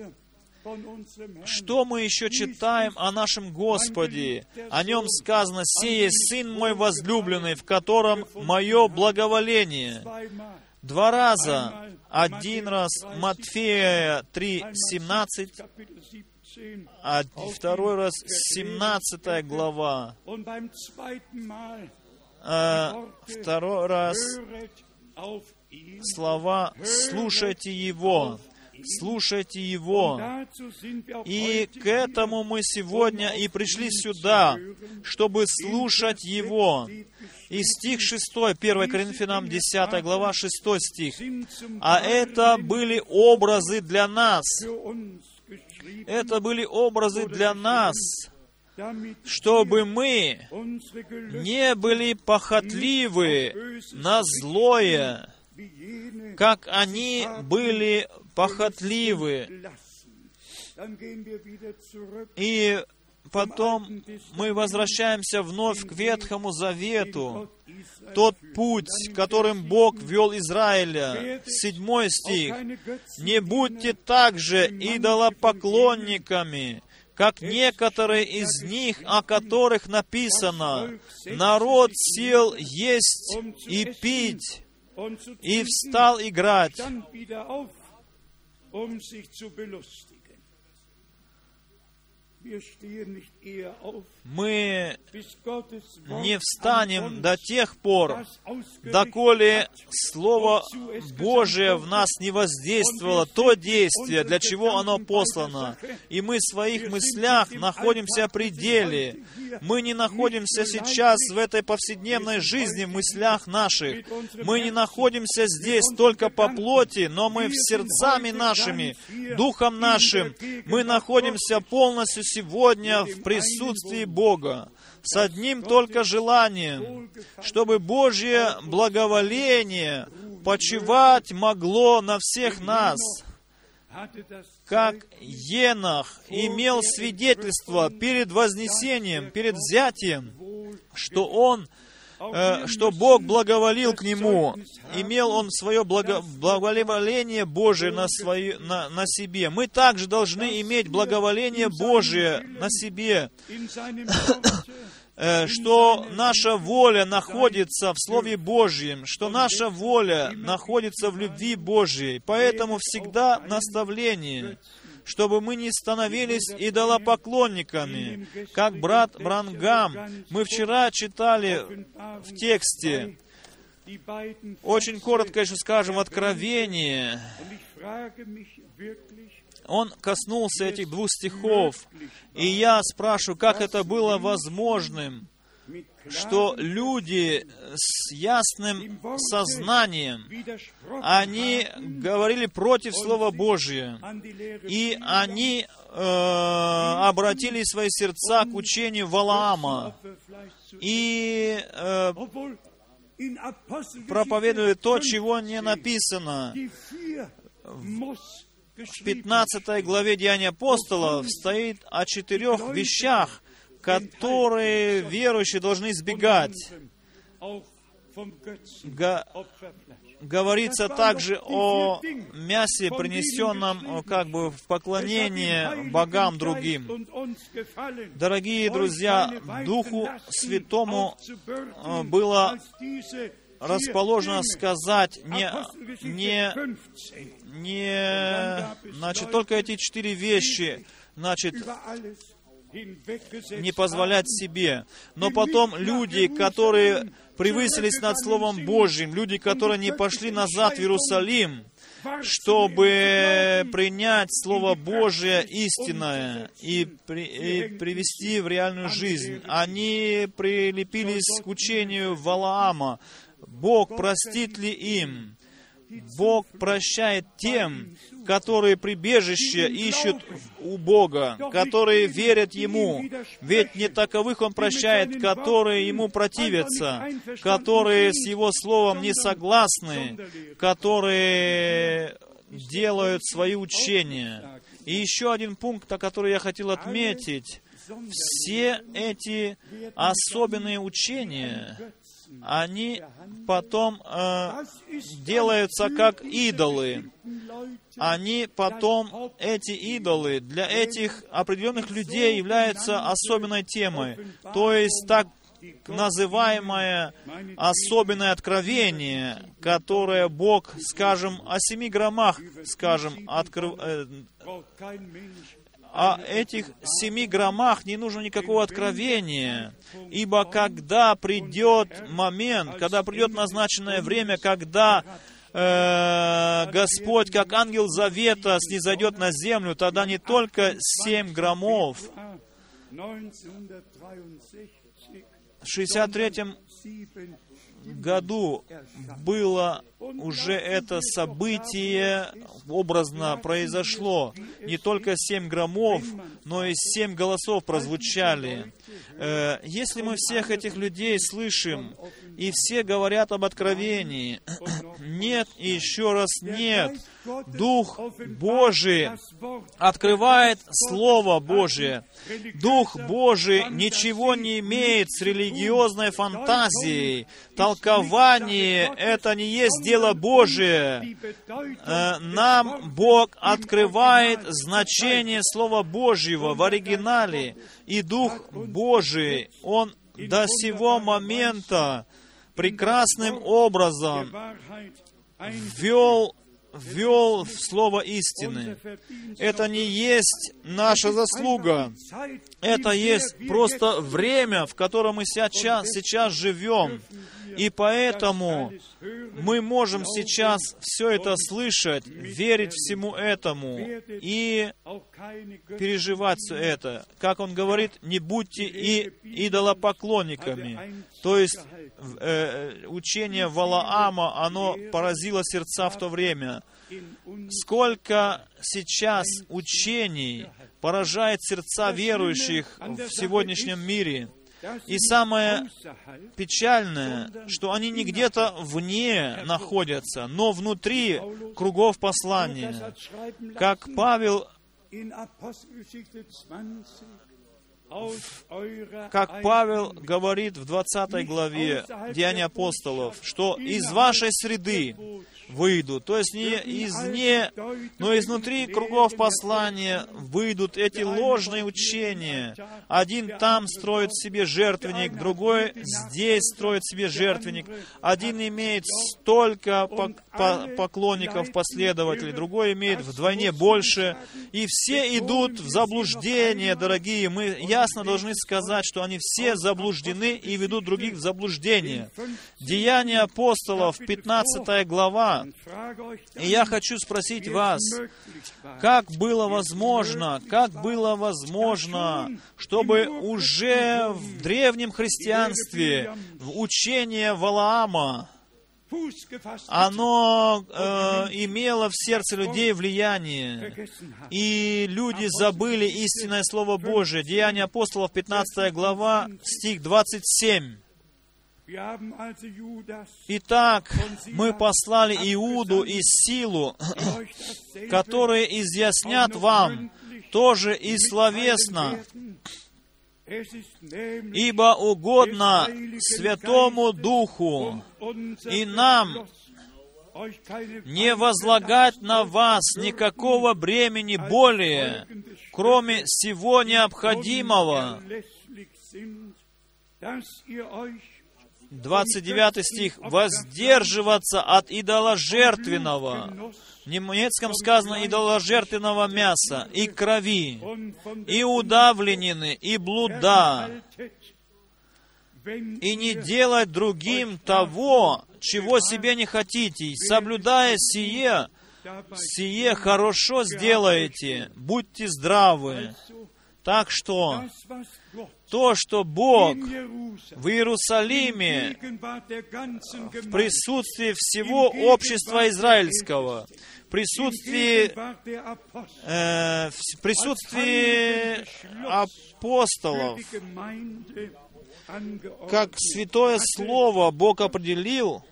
Speaker 1: Что мы еще читаем о нашем Господе? О Нем сказано: «Сей есть Сын мой возлюбленный, в котором мое благоволение». Два раза. Один раз Матфея три семнадцать, а второй раз семнадцатая глава. А второй раз слова «слушайте Его». Слушайте Его. И к этому мы сегодня и пришли сюда, чтобы слушать Его. И стих шестой, первое Коринфянам десятая глава, шестой стих. А это были образы для нас. Это были образы для нас, чтобы мы не были похотливы на злое, как они были похотливы. И потом мы возвращаемся вновь к Ветхому Завету. Тот путь, которым Бог вел Израиля. Седьмой стих. «Не будьте также идолопоклонниками, как некоторые из них, о которых написано: народ сел есть и пить, и встал играть». Мы не встанем до тех пор, доколе Слово Божие в нас не воздействовало, то действие, для чего оно послано. И мы в своих мыслях находимся в пределе. Мы не находимся сейчас в этой повседневной жизни, в мыслях наших. Мы не находимся здесь только по плоти, но мы в сердцами нашими, духом нашим. Мы находимся полностью сегодня в присутствии Бога, с одним только желанием, чтобы Божье благоволение почивать могло на всех нас, как Енох имел свидетельство перед вознесением, перед взятием, что он э, что Бог благоволил к нему, имел он свое благо, благоволение Божие на, свое, на, на себе. Мы также должны иметь благоволение Божие на себе, что наша воля находится в Слове Божьем, что наша воля находится в любви Божьей. Поэтому всегда наставление, чтобы мы не становились идолопоклонниками, как брат Бранхам. Мы вчера читали в тексте, очень коротко еще скажем, Откровение. Он коснулся этих двух стихов, и я спрашиваю, как это было возможным, что люди с ясным сознанием, они говорили против Слова Божия, и они э, обратили свои сердца к учению Валаама, и э, проповедовали то, чего не написано. В пятнадцатой главе Деяний апостолов стоит о четырех вещах, которые верующие должны избегать. Го- говорится также о мясе, принесенном как бы в поклонение богам другим. Дорогие друзья, Духу Святому было расположено сказать не, не, не, значит, только эти четыре вещи, значит, не позволять себе. Но потом люди, которые превысились над Словом Божьим, люди, которые не пошли назад в Иерусалим, чтобы принять Слово Божие истинное и, при, и привести в реальную жизнь, они прилепились к учению Валаама. Бог простит ли им? Бог прощает тем, которые прибежище ищут у Бога, которые верят Ему. Ведь не таковых Он прощает, которые Ему противятся, которые с Его Словом не согласны, которые делают свои учения. И еще один пункт, на который я хотел отметить. Все эти особенные учения, они потом э, делаются как идолы. Они потом, эти идолы, для этих определенных людей являются особенной темой. То есть так называемое особенное откровение, которое Бог, скажем, о семи громах, скажем, открыв... э, о этих семи громах не нужно никакого откровения, ибо когда придет момент, когда придет назначенное время, когда э, Господь, как ангел завета, снизойдет на землю, тогда не только семь громов. В шестьдесят третьем году было уже это событие, образно произошло. Не только семь громов, но и семь голосов прозвучали. Если мы всех этих людей слышим, и все говорят об откровении, нет и еще раз нет, Дух Божий открывает Слово Божие. Дух Божий ничего не имеет с религиозной фантазией. Толкование — это не есть дело Божие. Нам Бог открывает значение Слова Божьего в оригинале. И Дух Божий, Он до сего момента прекрасным образом ввел ввел в Слово истины. Это не есть наша заслуга. Это есть просто время, в котором мы сейчас, сейчас живем. И поэтому мы можем сейчас все это слышать, верить всему этому и переживать все это. Как он говорит, не будьте и идолопоклонниками. То есть э, учение Валаама, оно поразило сердца в то время. Сколько сейчас учений поражает сердца верующих в сегодняшнем мире. И самое печальное, что они не где-то вне находятся, но внутри кругов послания. Как Павел как Павел говорит в двадцатой главе Деяний апостолов, что из вашей среды выйдут, то есть не извне, но изнутри кругов послания выйдут эти ложные учения. Один там строит себе жертвенник, другой здесь строит себе жертвенник. Один имеет столько поклонников, последователей, другой имеет вдвойне больше. И все идут в заблуждение, дорогие. Мы ясно должны сказать, что они все заблуждены и ведут других в заблуждение. Деяния апостолов, пятнадцатая глава. И я хочу спросить вас, как было возможно, как было возможно, чтобы уже в древнем христианстве, в учении Валаама, оно э, имело в сердце людей влияние, и люди забыли истинное Слово Божие. Деяния апостолов, пятнадцатая глава, стих двадцать семь. Итак, мы послали Иуду и Силу, которые изъяснят вам тоже и словесно, ибо угодно Святому Духу и нам не возлагать на вас никакого бремени более, кроме всего необходимого. двадцать девятый стих. «Воздерживаться от идоложертвенного». В немецком сказано «идоложертвенного мяса и крови, и удавленины, и блуда, и не делать другим того, чего себе не хотите, соблюдая сие, сие хорошо сделаете, будьте здравы». Так что то, что Бог в Иерусалиме, в присутствии всего общества израильского, в присутствии, э, в присутствии апостолов, как Святое Слово Бог определил,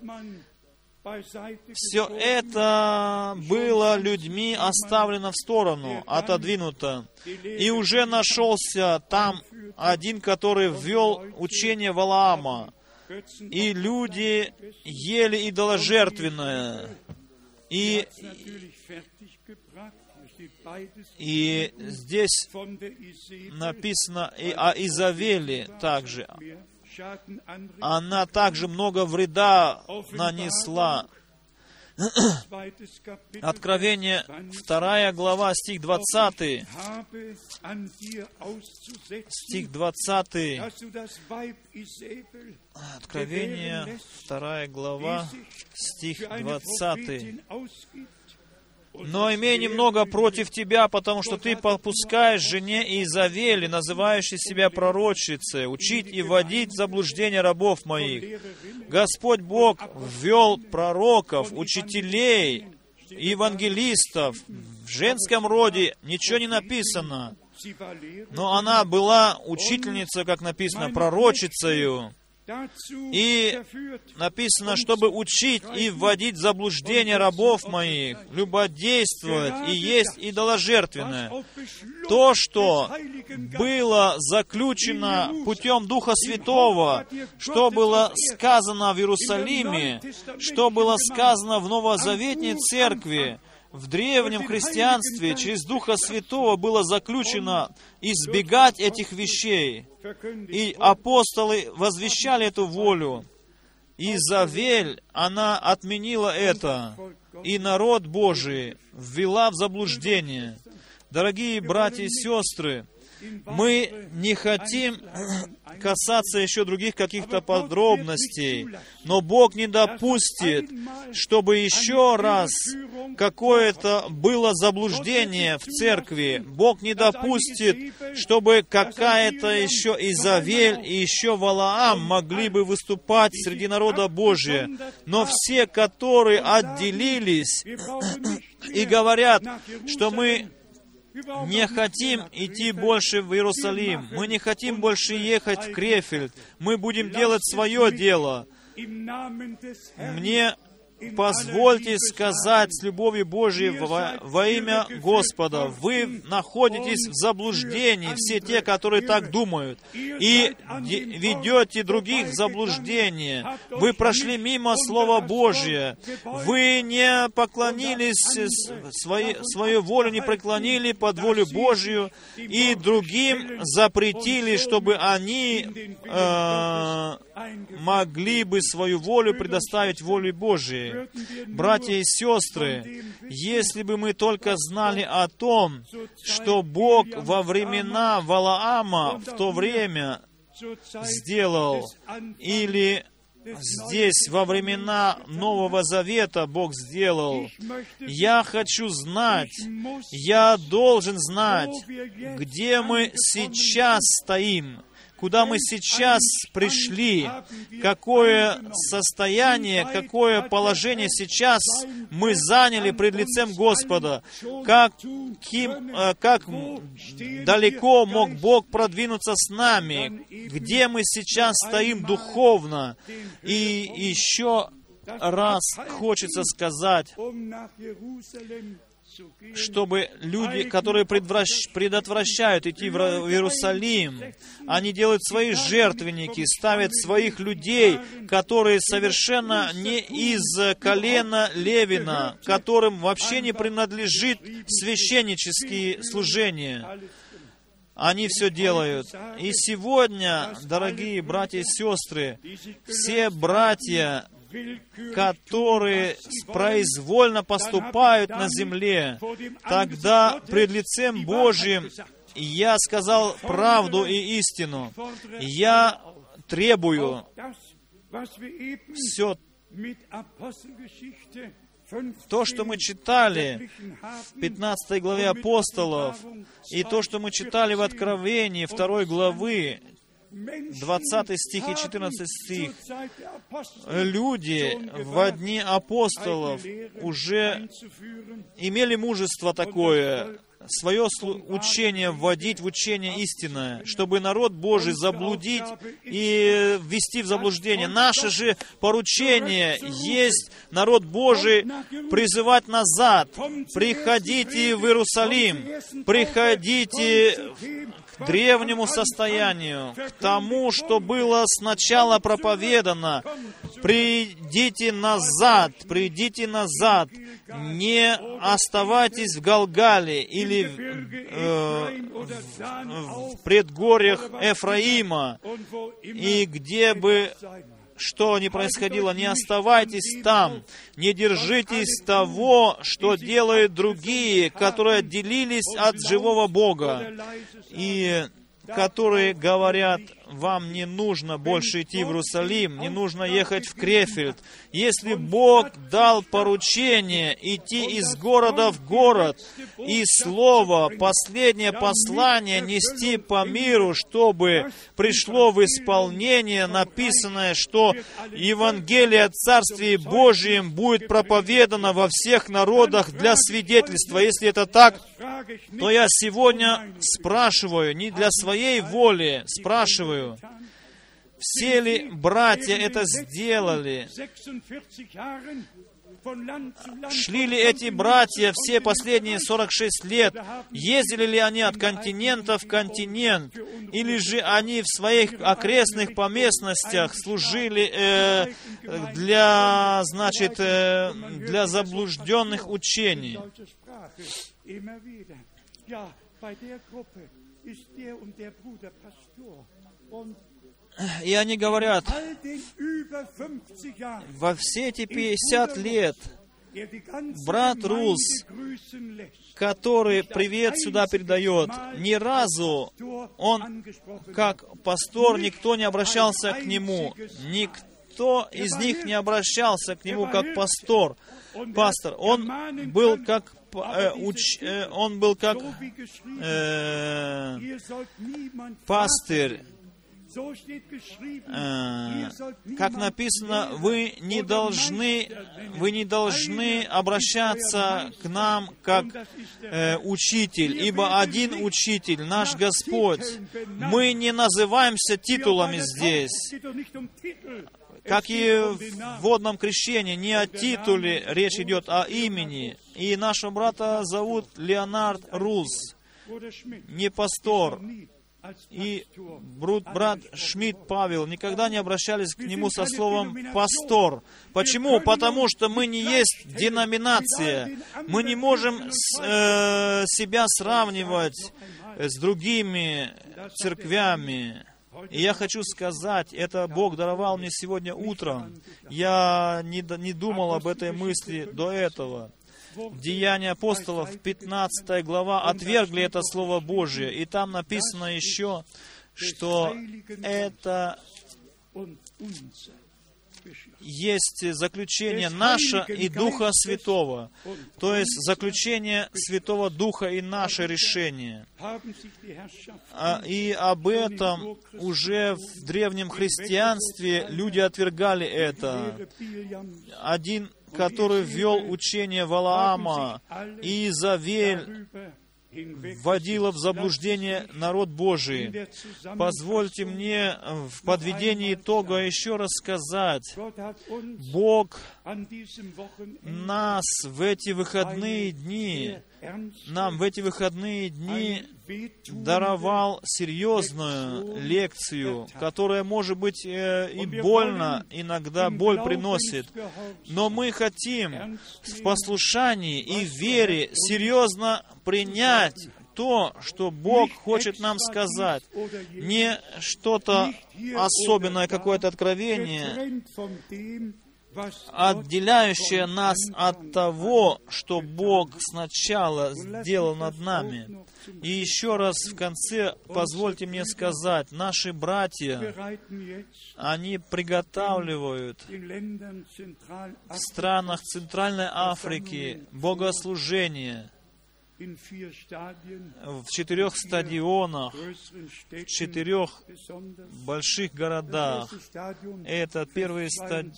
Speaker 1: все это было людьми оставлено в сторону, отодвинуто. И уже нашелся там один, который ввел учение Валаама. И люди ели идоложертвенное. И, и здесь написано и о Изавеле также. Она также много вреда нанесла. Откровение, вторая глава, стих двадцатый. Стих двадцатый. Откровение, вторая глава, стих двадцатый. «Но имей немного против тебя, потому что ты попускаешь жене Иезавели, называющей себя пророчицей, учить и вводить в заблуждение рабов моих. Господь Бог ввел пророков, учителей, евангелистов. В женском роде ничего не написано. Но она была учительницей, как написано, пророчицею. И написано, чтобы учить и вводить в заблуждение рабов моих, любодействовать и есть идоложертвенное. То, что было заключено путем Духа Святого, что было сказано в Иерусалиме, что было сказано в Новозаветней Церкви, в древнем христианстве через Духа Святого было заключено избегать этих вещей. И апостолы возвещали эту волю. Изавель, она отменила это, и народ Божий ввела в заблуждение. Дорогие братья и сестры, мы не хотим касаться еще других каких-то подробностей, но Бог не допустит, чтобы еще раз какое-то было заблуждение в церкви. Бог не допустит, чтобы какая-то еще Изавель и еще Валаам могли бы выступать среди народа Божия. Но все, которые отделились и говорят, что мы не хотим идти больше в Иерусалим, мы не хотим больше ехать в Крефельд, мы будем делать свое дело. Мне позвольте сказать с любовью Божией во, во имя Господа, вы находитесь в заблуждении, все те, которые так думают, и ведете других в заблуждение. Вы прошли мимо Слова Божия, вы не поклонились, свои, свою волю не преклонили под волю Божию, и другим запретили, чтобы они э, могли бы свою волю предоставить воле Божией. Братья и сестры, если бы мы только знали о том, что Бог во времена Валаама в то время сделал, или здесь во времена Нового Завета Бог сделал, я хочу знать, я должен знать, где мы сейчас стоим, куда мы сейчас пришли, какое состояние, какое положение сейчас мы заняли пред лицем Господа, как, ким, как далеко мог Бог продвинуться с нами, где мы сейчас стоим духовно. И еще раз хочется сказать, чтобы люди, которые предотвращают идти в Иерусалим, они делают свои жертвенники, ставят своих людей, которые совершенно не из колена Левина, которым вообще не принадлежит священнические служения. Они все делают. И сегодня, дорогие братья и сестры, все братья, которые произвольно поступают на земле, тогда пред лицем Божьим я сказал правду и истину. Я требую все то, что мы читали в пятнадцатой главе апостолов, и то, что мы читали в Откровении второй главы, двадцатый стих и четырнадцатый стих. Люди в дни апостолов уже имели мужество такое, свое учение вводить в учение истинное, чтобы народ Божий заблудить и ввести в заблуждение. Наше же поручение есть народ Божий призывать назад. Приходите в Иерусалим, приходите к древнему состоянию, к тому, что было сначала проповедано. Придите назад, придите назад. Не оставайтесь в Галгале или в, э, в, в предгорьях Эфраима, и где бы что ни происходило, не оставайтесь там, не держитесь того, что делают другие, которые отделились от живого Бога, и которые говорят, вам не нужно больше идти в Иерусалим, не нужно ехать в Крефельд. Если Бог дал поручение идти из города в город, и слово, последнее послание нести по миру, чтобы пришло в исполнение написанное, что Евангелие о Царствии Божьем будет проповедано во всех народах для свидетельства. Если это так, то я сегодня спрашиваю, не для своей воли, спрашиваю, все ли братья это сделали? Шли ли эти братья все последние сорок шесть лет? Ездили ли они от континента в континент? Или же они в своих окрестных поместностях служили э, для, значит, э, для заблужденных учений? И они говорят, во все эти пятьдесят лет брат Рус, который привет сюда передает, ни разу он, как пастор, никто не обращался к нему. Никто из них не обращался к нему как пастор. Пастор, он был как э, уч, э, он был как э, пастырь. Э, как написано, вы не должны, вы не должны обращаться к нам как э, учитель, ибо один учитель, наш Господь. Мы не называемся титулами здесь. Как и в водном крещении, не о титуле речь идет, а имени. И нашего брата зовут Леонард Рус, не пастор. И брат Шмидт Павел никогда не обращались к нему со словом «пастор». Почему? Потому что мы не есть деноминация. Мы не можем с, э, себя сравнивать с другими церквями. И я хочу сказать, это Бог даровал мне сегодня утром. Я не, не думал об этой мысли до этого. Деяния апостолов, пятнадцатая глава, отвергли это Слово Божие. И там написано еще, что это есть заключение наше и Духа Святого. То есть заключение Святого Духа и наше решение. И об этом уже в древнем христианстве люди отвергали это. Один, который ввел учение Валаама, и Изавель вводила в заблуждение народ Божий. Позвольте мне в подведении итога еще раз сказать, Бог нас в эти выходные дни, нам в эти выходные дни даровал серьезную лекцию, которая, может быть, и больно, иногда боль приносит. Но мы хотим в послушании и в вере серьезно принять то, что Бог хочет нам сказать. Не что-то особенное, какое-то откровение, отделяющее нас от того, что Бог сначала сделал над нами. И еще раз в конце позвольте мне сказать, наши братья, они приготавливают в странах Центральной Африки богослужение в четырех стадионах, в четырех больших городах. Это первый стадион.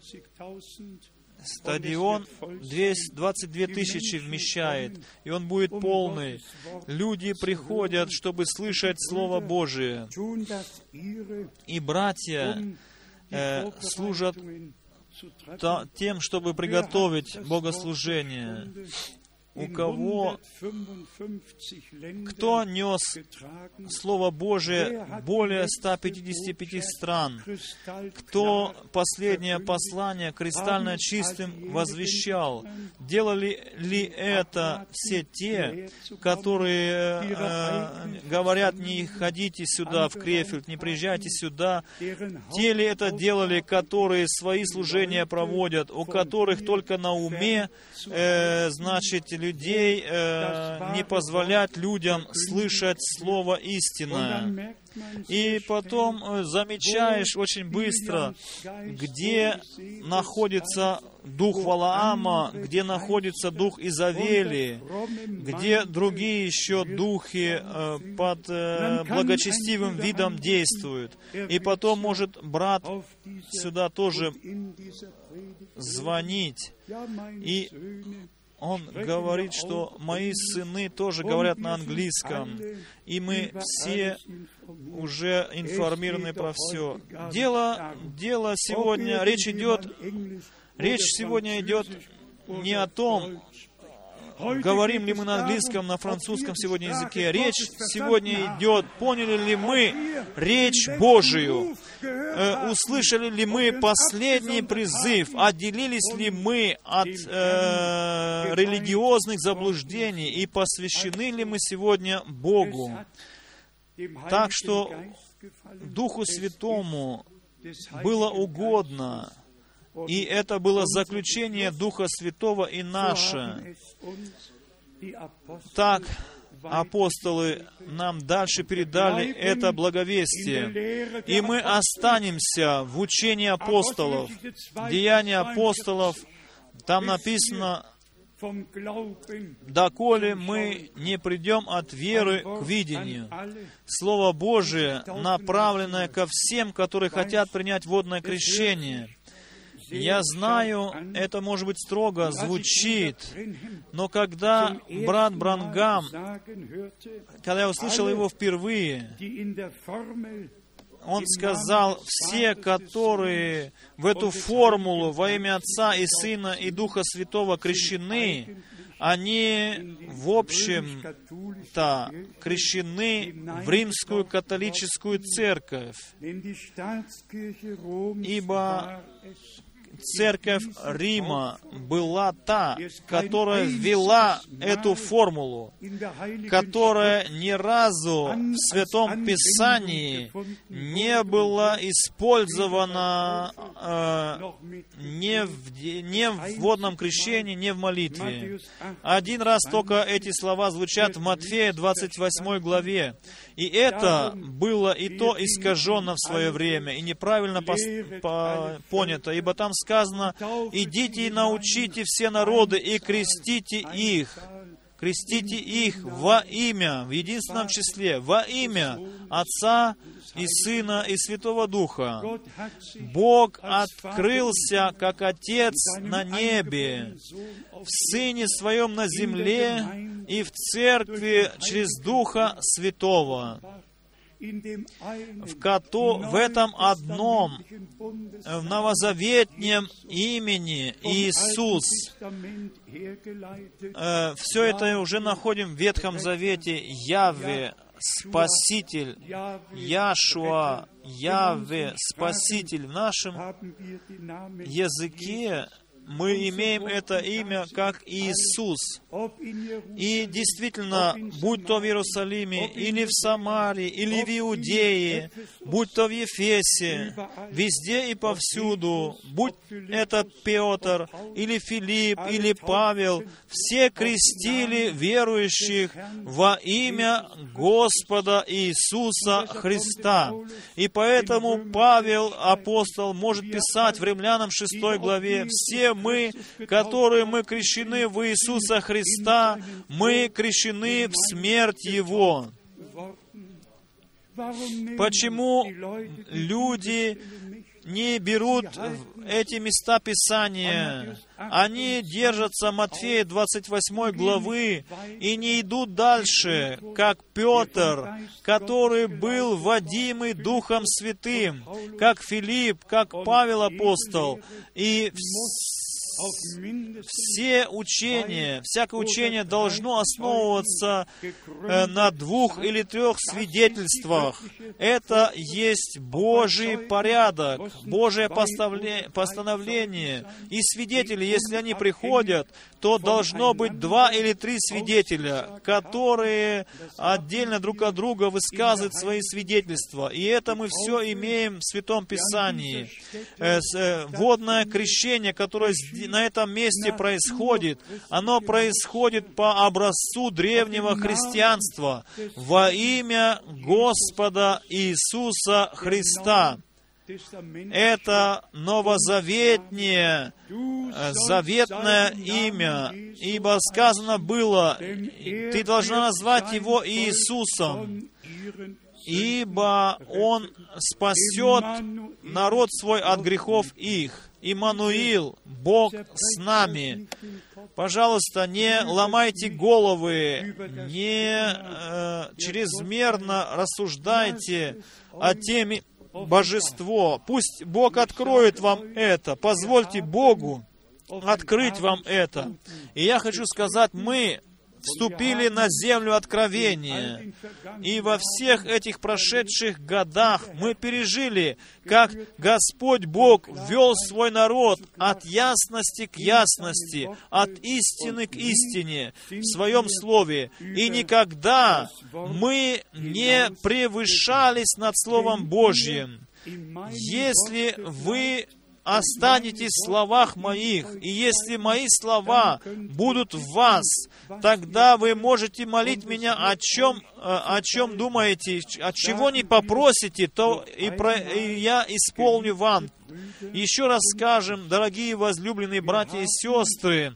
Speaker 1: Стадион двадцать две тысячи вмещает, и он будет полный. Люди приходят, чтобы слышать Слово Божие. И братья э, служат та, тем, чтобы приготовить богослужение. У кого, кто нес Слово Божие более ста пятидесяти пяти стран, кто последнее послание кристально чистым возвещал, делали ли это все те, которые э, говорят, не ходите сюда, в Крефельд, не приезжайте сюда, те ли это делали, которые свои служения проводят, у которых только на уме, э, значит, людей э, не позволять людям слышать Слово истинное. И потом э, замечаешь очень быстро, где находится дух Валаама, где находится дух Изавели, где другие еще духи э, под э, благочестивым видом действуют. И потом может брат сюда тоже звонить. И он говорит, что мои сыны тоже говорят на английском, и мы все уже информированы про все. Дело, дело сегодня, речь идет, речь сегодня идет не о том, говорим ли мы на английском, на французском сегодня языке. Речь сегодня идет, поняли ли мы речь Божию, э, услышали ли мы последний призыв, отделились ли мы от э, религиозных заблуждений и посвящены ли мы сегодня Богу. Так что Духу Святому было угодно, и это было заключение Духа Святого и наше. Так апостолы нам дальше передали это благовестие. И мы останемся в учении апостолов. Деяния апостолов, там написано, «Доколе мы не придем от веры к видению». Слово Божие, направленное ко всем, которые хотят принять водное крещение. Я знаю, это, может быть, строго звучит, но когда брат Бранхам, когда я услышал его впервые, Он сказал, все, которые в эту формулу во имя Отца и Сына и Духа Святого крещены, они, в общем-то, крещены в Римскую католическую церковь, ибо Церковь Рима была та, которая ввела эту формулу, которая ни разу в Святом Писании не была использована э, не, в, не в водном крещении, не в молитве. Один раз только эти слова звучат в Матфея двадцать восьмой главе. И это было и то искажено в свое время, и неправильно пос- по- понято, ибо там сказано: «Идите и научите все народы, и крестите их». Крестите их во имя, в единственном числе, во имя Отца и Сына и Святого Духа. Бог открылся, как Отец на небе, в Сыне Своем на земле и в Церкви через Духа Святого. В, кото, в этом одном, в новозаветнем имени Иисус. Э, все это уже находим в Ветхом Завете. Яве, Спаситель, Яшуа, Яве, Спаситель. В нашем языке мы имеем это имя как Иисус. И действительно, будь то в Иерусалиме, или в Самарии, или в Иудее, будь то в Ефесе, везде и повсюду, будь это Петр, или Филипп, или Павел, все крестили верующих во имя Господа Иисуса Христа. И поэтому Павел, апостол, может писать в Римлянам шестой главе: «Все мы, которые мы крещены в Иисуса Христа, мы крещены в смерть Его». Почему люди не берут эти места Писания? Они держатся Матфея двадцать восьмой главы и не идут дальше, как Петр, который был водимый Духом Святым, как Филипп, как Павел апостол. И все учения, всякое учение должно основываться э, на двух или трех свидетельствах. Это есть Божий порядок, Божие постановление. И свидетели, если они приходят, то должно быть два или три свидетеля, которые отдельно друг от друга высказывают свои свидетельства. И это мы все имеем в Святом Писании. Э, э, водное крещение, которое на этом месте происходит, оно происходит по образцу древнего христианства во имя Господа Иисуса Христа. Это новозаветнее, заветное имя, ибо сказано было: «Ты должна назвать его Иисусом, ибо Он спасет народ свой от грехов их». Иммануил, Бог с нами. Пожалуйста, не ломайте головы, не э, чрезмерно рассуждайте о теме божество. Пусть Бог откроет вам это. Позвольте Богу открыть вам это. И я хочу сказать, мы вступили на землю откровения. И во всех этих прошедших годах мы пережили, как Господь Бог ввел свой народ от ясности к ясности, от истины к истине в Своем Слове. И никогда мы не превышались над Словом Божьим. Если вы останетесь в словах моих, и если мои слова будут в вас, тогда вы можете молить меня о чем, о чем думаете, от чего не попросите, то и, про, и я исполню вам. Еще раз скажем, дорогие возлюбленные братья и сестры,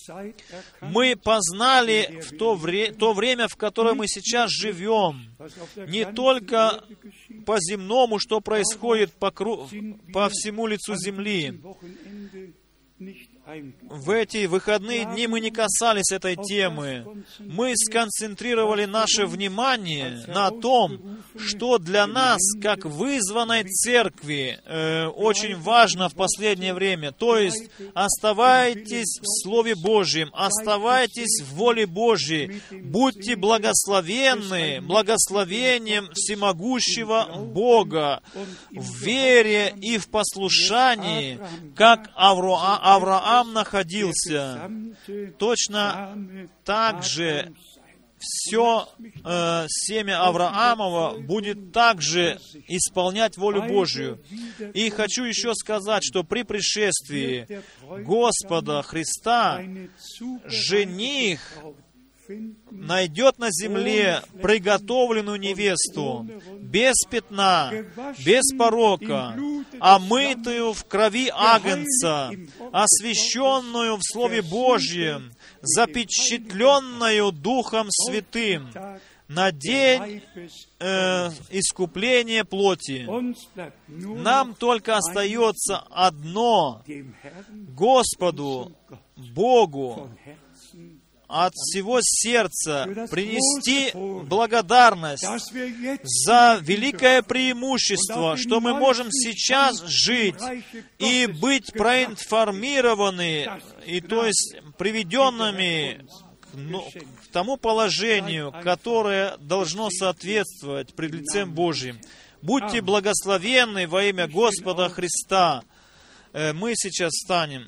Speaker 1: мы познали в то, вре- то время, в котором мы сейчас живем, не только по земному, что происходит по, кру- по всему лицу земли. в эти выходные дни мы не касались этой темы. Мы сконцентрировали наше внимание на том, что для нас, как вызванной церкви, э, очень важно в последнее время. То есть, оставайтесь в Слове Божьем, оставайтесь в воле Божьей, будьте благословенны благословением всемогущего Бога в вере и в послушании, как Авра... Авраам находился. Точно так же все э, семя Авраамова будет также исполнять волю Божию. И хочу еще сказать, что при пришествии Господа Христа жених найдет на земле приготовленную невесту, без пятна, без порока, омытую в крови Агнца, освященную в Слове Божьем, запечатленную Духом Святым на день э, искупления плоти. Нам только остается одно: Господу, Богу, от всего сердца принести благодарность за великое преимущество, что мы можем сейчас жить и быть проинформированы, и то есть приведенными к тому положению, которое должно соответствовать пред лицем Божьим. Будьте благословенны во имя Господа Христа. Мы сейчас встанем.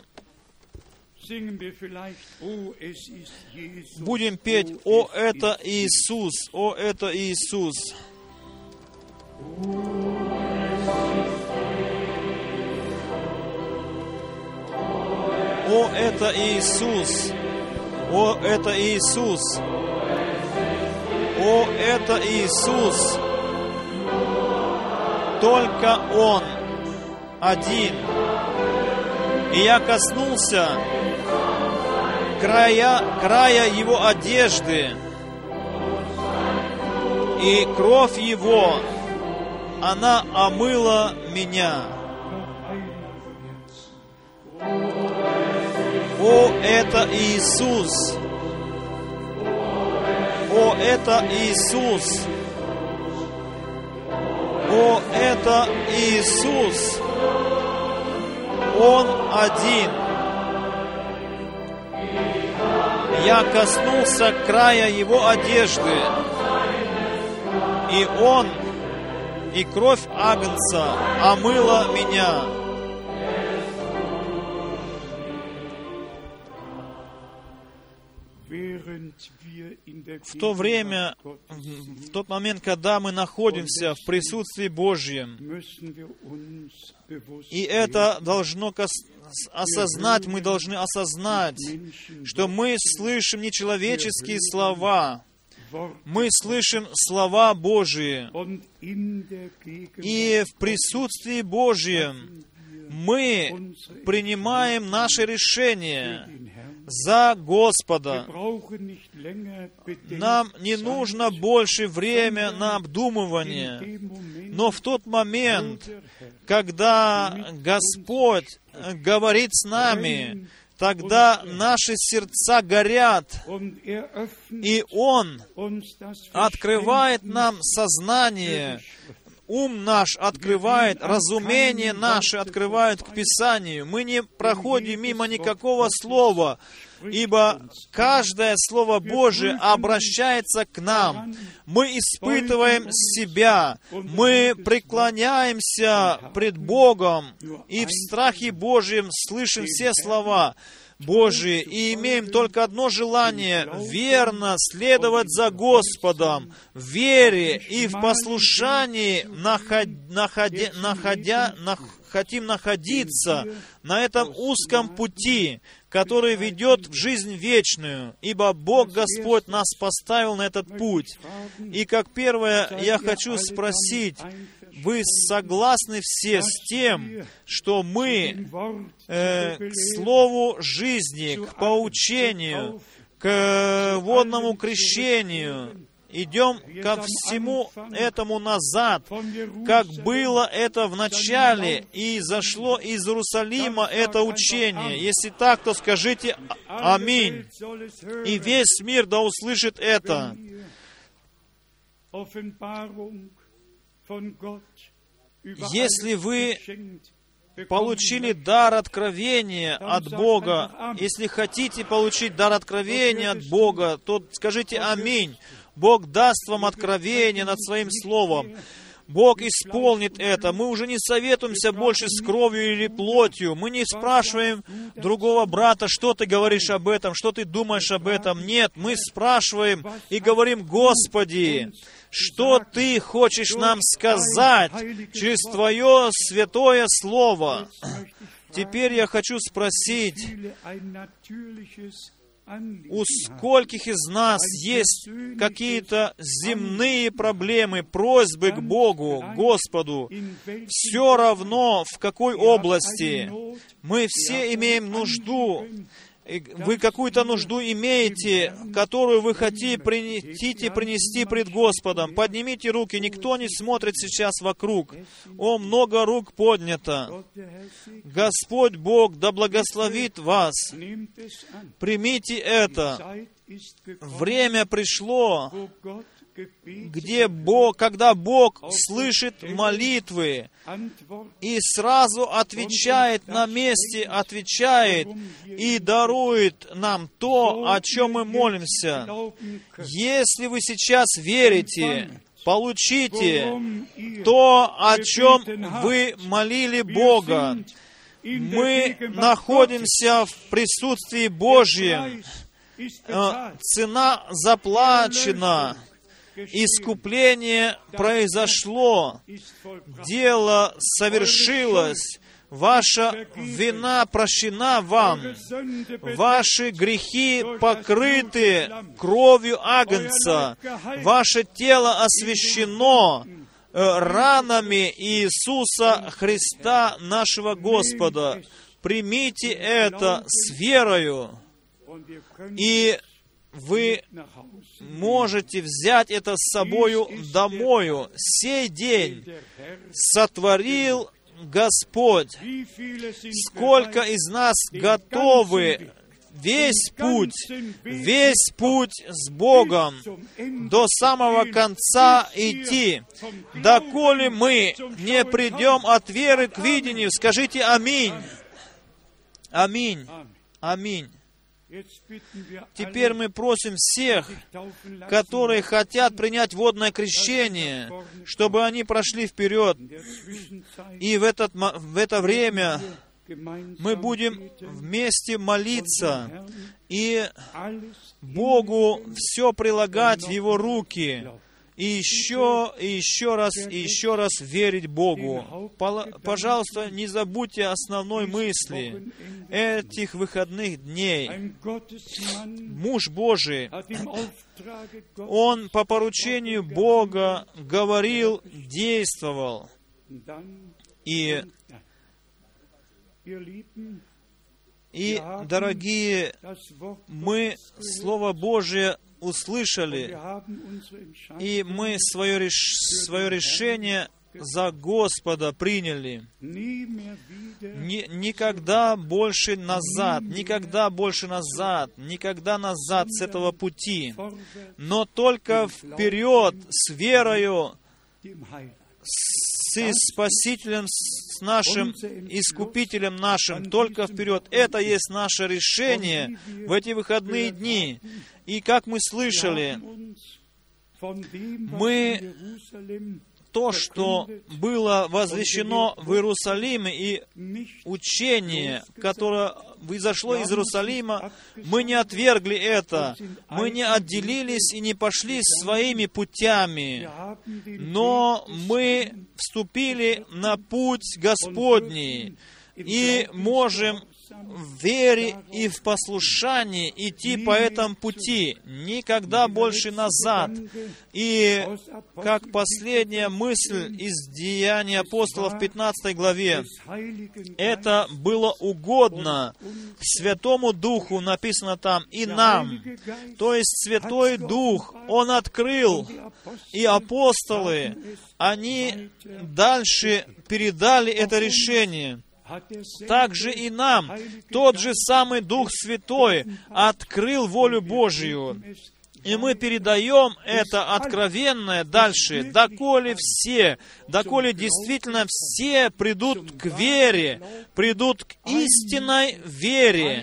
Speaker 1: Будем петь: «О, это Иисус! О, это Иисус!» О, это Иисус! О, это Иисус! О, это Иисус! Только Он один. И я коснулся края, края Его одежды, и кровь Его, она омыла меня. О, это Иисус! О, это Иисус! О, это Иисус! Он один. Я коснулся края Его одежды, и Он, и кровь Агнца омыла меня. В то время, в тот момент, когда мы находимся в присутствии Божьем, и это должно осознать, мы должны осознать, что мы слышим не человеческие слова, мы слышим слова Божьи, и в присутствии Божьем мы принимаем наше решение за Господа. Нам не нужно больше время на обдумывание, но в тот момент, когда Господь говорит с нами, тогда наши сердца горят, и Он открывает нам сознание, ум наш открывает, разумение наше открывает к Писанию. Мы не проходим мимо никакого слова, ибо каждое Слово Божие обращается к нам. Мы испытываем себя, мы преклоняемся пред Богом, и в страхе Божьем слышим все слова Божии, и имеем только одно желание — верно следовать за Господом, в вере и в послушании, наход, находя, находя, нах, хотим находиться на этом узком пути, который ведет в жизнь вечную, ибо Бог Господь нас поставил на этот путь. И как первое, я хочу спросить, вы согласны все с тем, что мы э, к слову жизни, к поучению, к водному крещению, идем ко всему этому назад, как было это в начале, и зашло из Иерусалима это учение. Если так, то скажите «Аминь». И весь мир да услышит это. Если вы получили дар откровения от Бога, если хотите получить дар откровения от Бога, то скажите «Аминь». Бог даст вам откровение над Своим Словом. Бог исполнит это. Мы уже не советуемся больше с кровью или плотью. Мы не спрашиваем другого брата, что ты говоришь об этом, что ты думаешь об этом. Нет, мы спрашиваем и говорим: Господи, что Ты хочешь нам сказать через Твое святое Слово? Теперь я хочу спросить, у скольких из нас есть какие-то земные проблемы, просьбы к Богу, к Господу? Все равно, в какой области. Мы все имеем нужду. Вы какую-то нужду имеете, которую вы хотите принести, принести пред Господом. Поднимите руки, никто не смотрит сейчас вокруг. О, много рук поднято. Господь Бог да благословит вас. Примите это. Время пришло, где Бог, когда Бог слышит молитвы и сразу отвечает на месте, отвечает и дарует нам то, о чем мы молимся. Если вы сейчас верите, получите то, о чем вы молили Бога. Мы находимся в присутствии Божьем. Цена заплачена. Искупление произошло, дело совершилось, ваша вина прощена вам, ваши грехи покрыты кровью Агнца, ваше тело освящено ранами Иисуса Христа, нашего Господа. Примите это с верою, и вы можете взять это с собою домою. Сей день сотворил Господь. Сколько из нас готовы весь путь, весь путь с Богом до самого конца идти? Доколе мы не придем от веры к видению, скажите «Аминь». Аминь. Аминь. Теперь мы просим всех, которые хотят принять водное крещение, чтобы они прошли вперед. И в, этот, в это время мы будем вместе молиться и Богу все прилагать в Его руки. И еще, и еще раз, и еще раз верить Богу. Пожалуйста, не забудьте основной мысли этих выходных дней. Муж Божий, он по поручению Бога говорил, действовал. И, и, дорогие, мы Слово Божие услышали, и мы свое, реш... свое решение за Господа приняли. Ни... Никогда больше назад, никогда больше назад, никогда назад с этого пути, но только вперед с верою, с Спасителем, с нашим Искупителем нашим, только вперед. Это есть наше решение в эти выходные дни. И как мы слышали, мы то, что было возвещено в Иерусалиме, и учение, которое произошло из Иерусалима, мы не отвергли это. Мы не отделились и не пошли своими путями, но мы вступили на путь Господний и можем в вере и в послушании идти по этому пути, никогда больше назад. И как последняя мысль из Деяний апостолов в пятнадцатой главе, это было угодно Святому Духу, написано там, и нам. То есть Святой Дух, Он открыл, и апостолы, они дальше передали это решение. Также и нам тот же самый Дух Святой открыл волю Божию. И мы передаем это откровенное дальше, доколе все, доколе действительно все придут к вере, придут к истинной вере,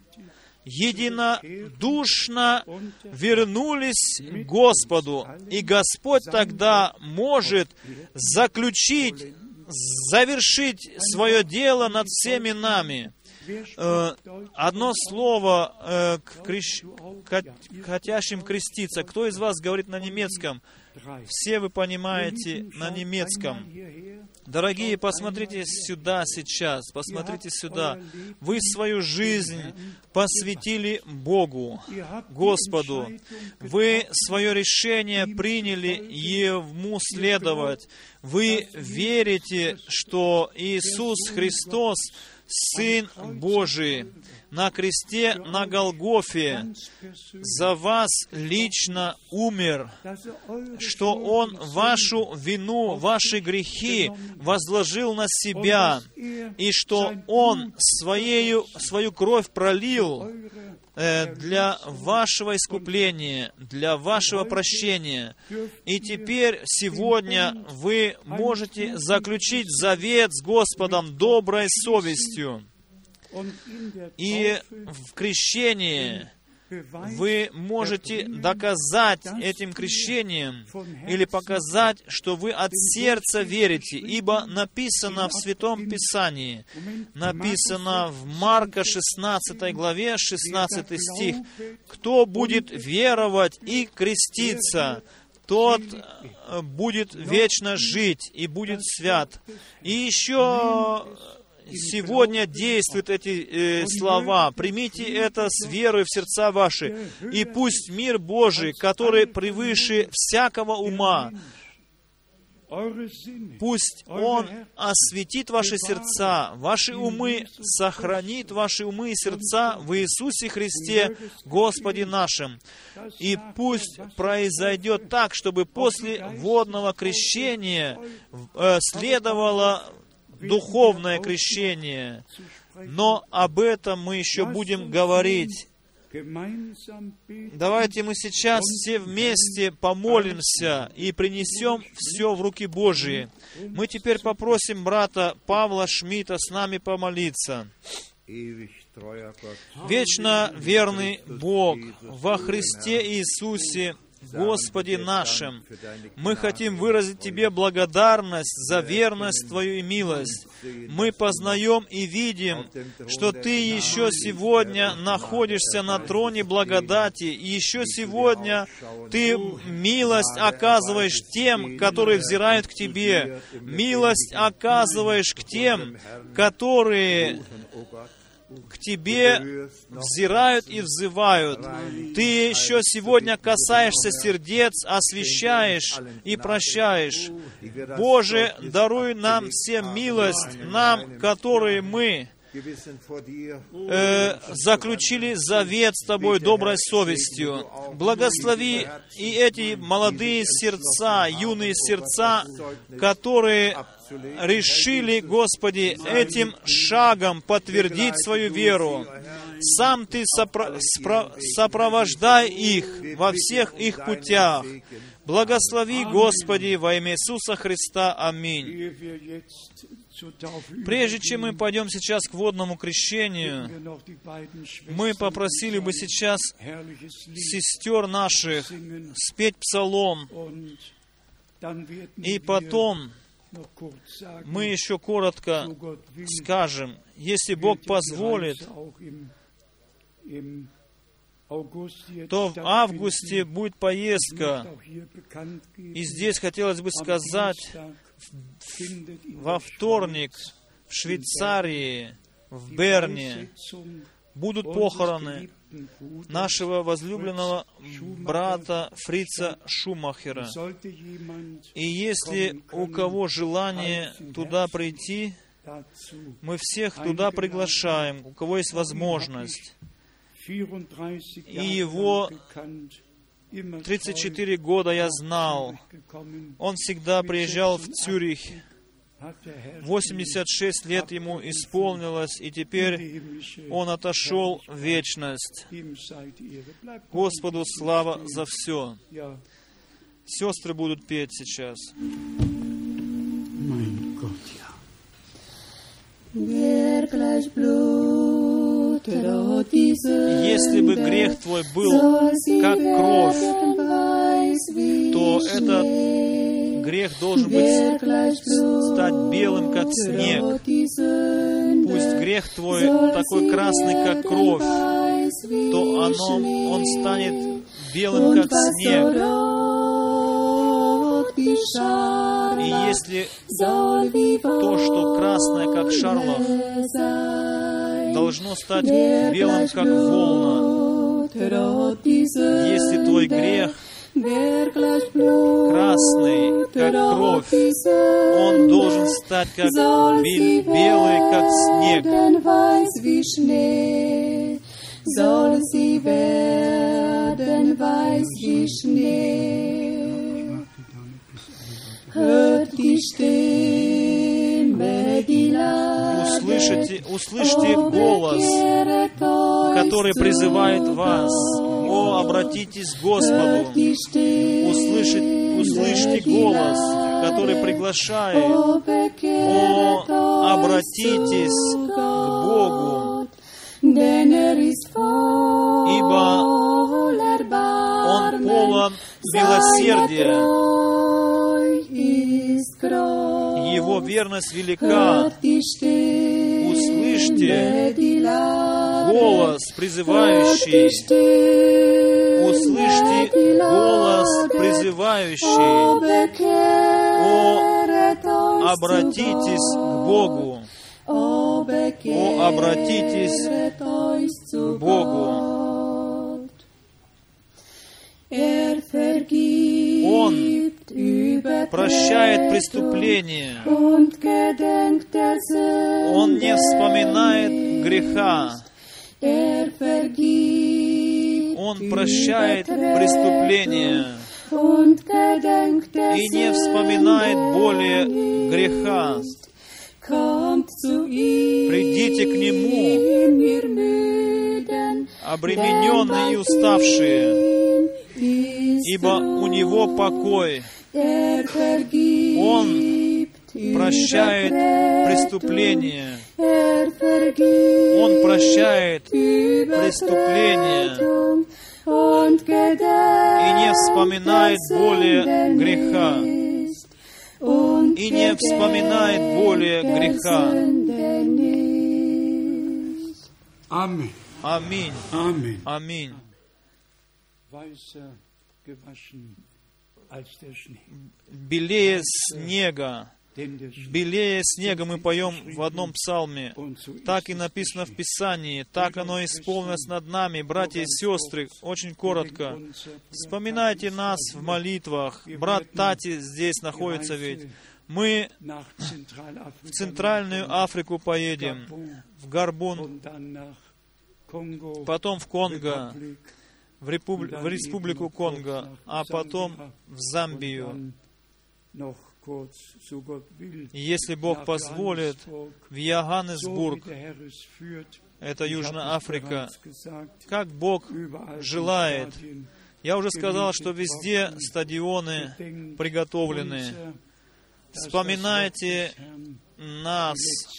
Speaker 1: единодушно вернулись к Господу. И Господь тогда может заключить, завершить свое дело над всеми нами. Одно слово к, крещ... к хотящим креститься. Кто из вас говорит на немецком? Все вы понимаете на немецком. Дорогие, посмотрите сюда сейчас, посмотрите сюда. Вы свою жизнь посвятили Богу, Господу. Вы свое решение приняли Ему следовать. Вы верите, что Иисус Христос Сын Божий, на кресте на Голгофе за вас лично умер, что Он вашу вину, ваши грехи возложил на себя, и что Он своею, свою кровь пролил э, для вашего искупления, для вашего прощения. И теперь, сегодня, вы можете заключить завет с Господом доброй совестью. И в крещении вы можете доказать этим крещением или показать, что вы от сердца верите, ибо написано в Святом Писании, написано в Марка шестнадцатой главе, шестнадцатый стих, «Кто будет веровать и креститься, тот будет вечно жить и будет свят». И еще сегодня действуют эти э, слова. Примите это с верой в сердца ваши. И пусть мир Божий, который превыше всякого ума, пусть Он осветит ваши сердца, ваши умы, сохранит ваши умы и сердца в Иисусе Христе, Господе нашим. И пусть произойдет так, чтобы после водного крещения э, следовало духовное крещение. Но об этом мы еще будем говорить. Давайте мы сейчас все вместе помолимся и принесем все в руки Божии. Мы теперь попросим брата Павла Шмидта с нами помолиться. Вечно верный Бог во Христе Иисусе, Господе нашим, мы хотим выразить Тебе благодарность за верность Твою и милость. Мы познаем и видим, что Ты еще сегодня находишься на троне благодати, и еще сегодня Ты милость оказываешь тем, которые взирают к Тебе, милость оказываешь к тем, которые к Тебе взирают и взывают. Ты еще сегодня касаешься сердец, освящаешь и прощаешь. Боже, даруй нам всем милость, нам, которые мы э, заключили завет с Тобой доброй совестью. Благослови и эти молодые сердца, юные сердца, которые решили, Господи, этим шагом подтвердить свою веру. Сам Ты сопро- спро- сопровождай их во всех их путях. Благослови, Господи, во имя Иисуса Христа. Аминь. Прежде чем мы пойдем сейчас к водному крещению, мы попросили бы сейчас сестер наших спеть псалом, и потом мы еще коротко скажем, если Бог позволит, то в августе будет поездка. И здесь хотелось бы сказать, во вторник в Швейцарии в Берне будут похороны нашего возлюбленного брата Фрица Шумахера. И если у кого желание туда прийти, мы всех туда приглашаем, у кого есть возможность. И его тридцать четыре года я знал. Он всегда приезжал в Цюрих. восемьдесят шесть лет ему исполнилось, и теперь он отошел в вечность. Господу слава за все. Сестры будут петь сейчас. Если бы грех твой был как кровь, то этот грех должен быть стать белым, как снег. Пусть грех твой такой красный, как кровь, то оно, он станет белым, как снег. И если то, что красное, как шарлах, должно стать белым, как волна, если твой грех красный, как кровь, он должен стать как белый, как снег. Услышите, услышьте голос, который призывает вас. О, обратитесь к Господу. Услышите, услышьте голос, который приглашает. О, обратитесь к Богу. Ибо Он полон милосердия. Его верность велика. Услышьте голос, призывающий. Услышьте голос, призывающий. О, обратитесь к Богу. О, обратитесь к Богу. Он прощает преступления. Он не вспоминает греха. Он прощает преступления и не вспоминает более греха. Придите к Нему, обремененные и уставшие, ибо у Него покой. Он прощает преступления. Он прощает преступления и не вспоминает более греха. И не вспоминает более греха.
Speaker 2: Аминь.
Speaker 1: Аминь.
Speaker 2: Аминь.
Speaker 1: Аминь. Белее снега. Белее снега мы поем в одном псалме. Так и написано в Писании. Так оно исполнилось над нами, братья и сестры. Очень коротко. Вспоминайте нас в молитвах. Брат Тати здесь находится ведь. Мы в Центральную Африку поедем, в Гарбун, потом в Конго, в, Репуб... в Республику Конго, а потом в Замбию. Если Бог позволит, в Йоханнесбург, это Южная Африка, как Бог желает. Я уже сказал, что везде стадионы приготовлены. Вспоминайте нас,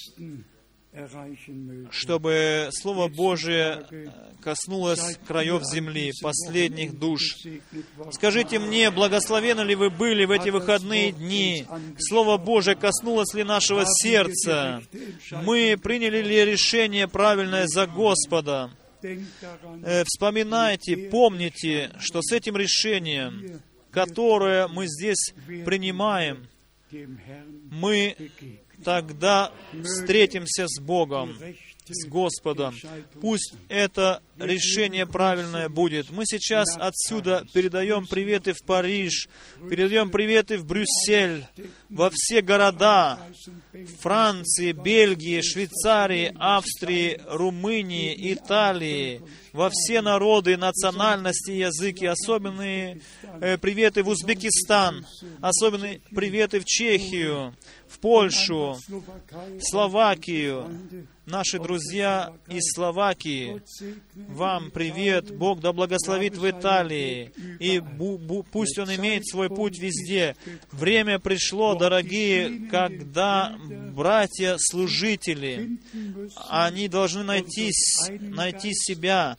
Speaker 1: чтобы Слово Божие коснулось краев земли, последних душ. Скажите мне, благословенны ли вы были в эти выходные дни? Слово Божие коснулось ли нашего сердца? Мы приняли ли решение правильное за Господа? Вспоминайте, помните, что с этим решением, которое мы здесь принимаем, мы тогда встретимся с Богом с Господом. Пусть это решение правильное будет. Мы сейчас отсюда передаем приветы в Париж, передаем приветы в Брюссель, во все города Франции, Бельгии, Швейцарии, Австрии, Румынии, Италии, во все народы, национальности, языки. Особенные э, приветы в Узбекистан, особенные приветы в Чехию, в Польшу, Словакию. Наши друзья из Словакии, вам привет. Бог да благословит в Италии. И бу- бу- пусть Он имеет свой путь везде. Время пришло, дорогие, когда братья-служители, они должны найти, найти себя.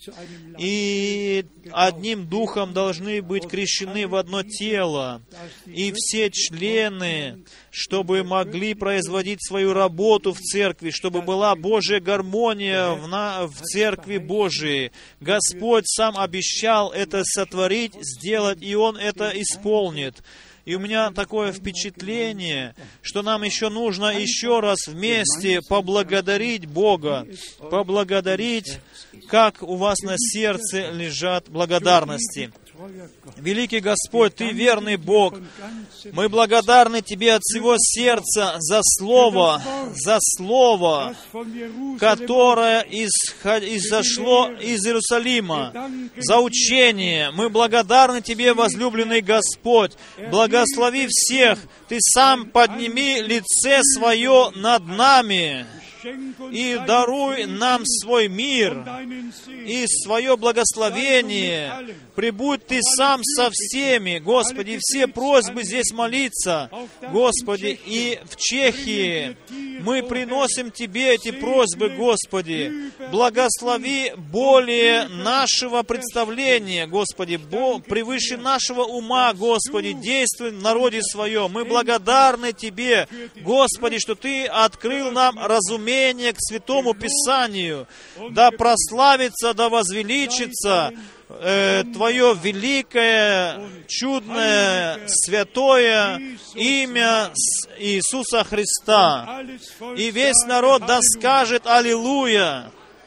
Speaker 1: И одним духом должны быть крещены в одно тело. И все члены, чтобы могли производить свою работу в церкви, чтобы была Божья гармония в, на, в церкви Божией. Господь сам обещал это сотворить, сделать, и Он это исполнит. И у меня такое впечатление, что нам еще нужно еще раз вместе поблагодарить Бога, поблагодарить, как у вас на сердце лежат благодарности. Великий Господь, Ты верный Бог. Мы благодарны Тебе от всего сердца за Слово, за Слово, которое изошло из Иерусалима, за учение. Мы благодарны Тебе, возлюбленный Господь. Благослови всех. Ты сам подними лице свое над нами и даруй нам свой мир и свое благословение. Прибудь Ты сам со всеми, Господи, все просьбы здесь молиться, Господи, и в Чехии мы приносим Тебе эти просьбы, Господи. Благослови более нашего представления, Господи, превыше нашего ума, Господи, действуй в народе Своем. Мы благодарны Тебе, Господи, что Ты открыл нам разумение к Святому Писанию. Да прославится, да возвеличится э, Твое великое, чудное, святое имя Иисуса Христа. И весь народ да скажет Аллилуйя.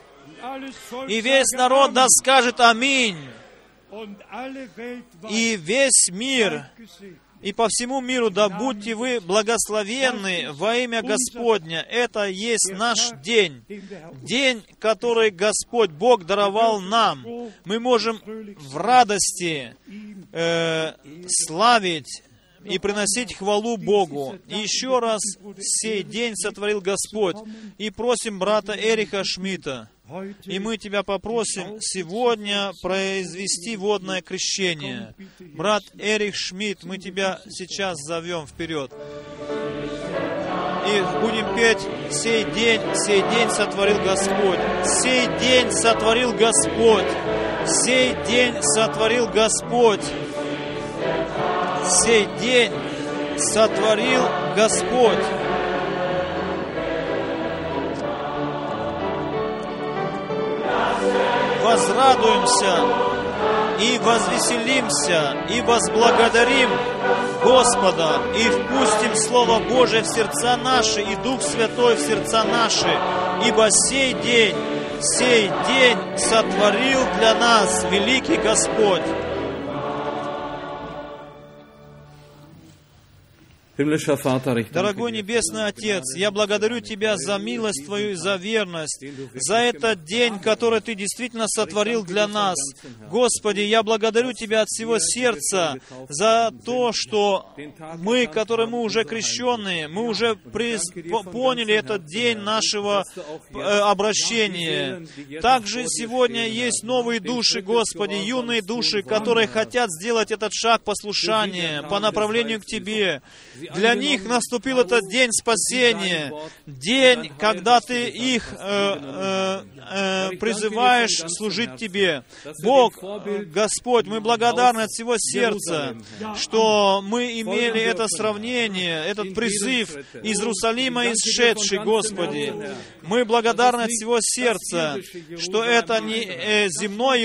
Speaker 1: И весь народ да скажет Аминь. И весь мир, и по всему миру да будьте вы благословенны во имя Господня. Это есть наш день. День, который Господь Бог даровал нам. Мы можем в радости э, славить и приносить хвалу Богу. И еще раз сей день сотворил Господь. И просим брата Эриха Шмидта, и мы Тебя попросим сегодня произвести водное крещение. Брат Эрих Шмидт, мы Тебя сейчас зовем вперед. И будем петь «Сей день, сей день сотворил Господь». Сей день сотворил Господь. Сей день сотворил Господь. Сей день сотворил Господь. Возрадуемся и возвеселимся, и возблагодарим Господа, и впустим Слово Божие в сердца наши, и Дух Святой в сердца наши, ибо сей день, сей день сотворил для нас великий Господь. Дорогой Небесный Отец, я благодарю Тебя за милость Твою и за верность, за этот день, который Ты действительно сотворил для нас. Господи, я благодарю Тебя от всего сердца за то, что мы, которые мы уже крещенные, мы уже приз... поняли этот день нашего э, обращения. Также сегодня есть новые души, Господи, юные души, которые хотят сделать этот шаг послушания по направлению к Тебе. Для них наступил этот день спасения, день, когда Ты их э, э, э, призываешь служить Тебе. Бог, Господь, мы благодарны от всего сердца, что мы имели это сравнение, этот призыв из Иерусалима исшедший, Господи. Мы благодарны от всего сердца, что это не э, земной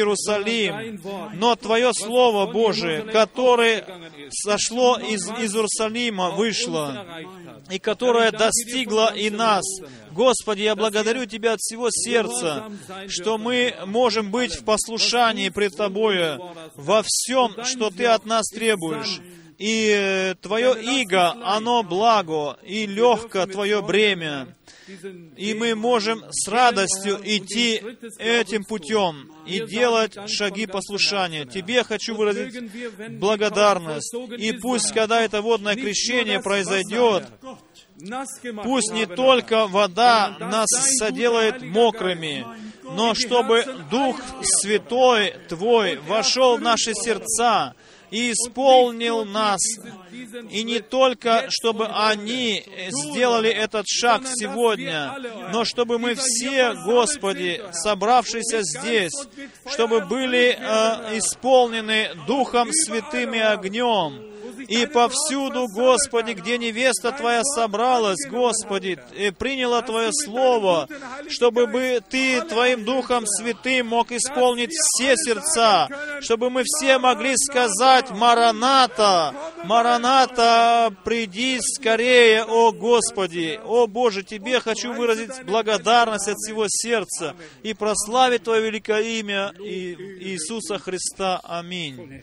Speaker 1: Иерусалим, но Твое Слово Божие, которое сошло из, из Иерусалима, которая вышла и которая достигла и нас. Господи, я благодарю Тебя от всего сердца, что мы можем быть в послушании пред Тобою во всем, что Ты от нас требуешь. И Твое иго, оно благо, и легко Твое бремя. И мы можем с радостью идти этим путем и делать шаги послушания. Тебе хочу выразить благодарность. И пусть, когда это водное крещение произойдет, пусть не только вода нас соделает мокрыми, но чтобы Дух Святой Твой вошел в наши сердца и исполнил нас. И не только, чтобы они сделали этот шаг сегодня, но чтобы мы все, Господи, собравшиеся здесь, чтобы были э, исполнены Духом Святым и огнем. И повсюду, Господи, где невеста Твоя собралась, Господи, и приняла Твое Слово, чтобы бы Ты Твоим Духом Святым мог исполнить все сердца, чтобы мы все могли сказать: «Мараната! Мараната! Приди скорее, о Господи!» О Боже, Тебе хочу выразить благодарность от всего сердца и прославить Твое великое имя Иисуса Христа. Аминь.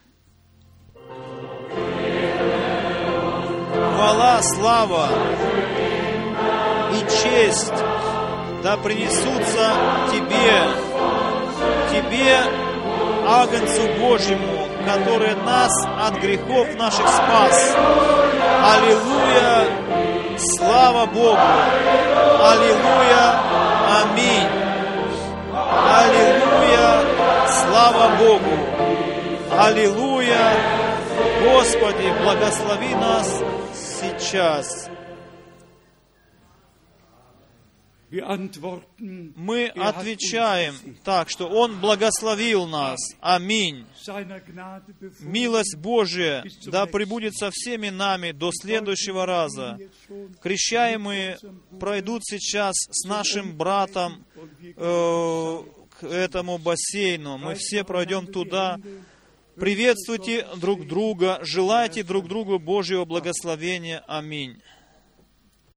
Speaker 1: Хвала, слава и честь да принесутся Тебе, Тебе, Агнцу Божьему, который нас от грехов наших спас. Аллилуйя! Слава Богу! Аллилуйя! Аминь! Аллилуйя! Слава Богу! Аллилуйя! Господи, благослови нас сейчас. Мы отвечаем так, что Он благословил нас. Аминь. Милость Божия да пребудет со всеми нами до следующего раза. Крещаемые пройдут сейчас с нашим братом э, к этому бассейну. Мы все пройдем туда. Приветствуйте друг друга, желайте друг другу Божьего благословения. Аминь.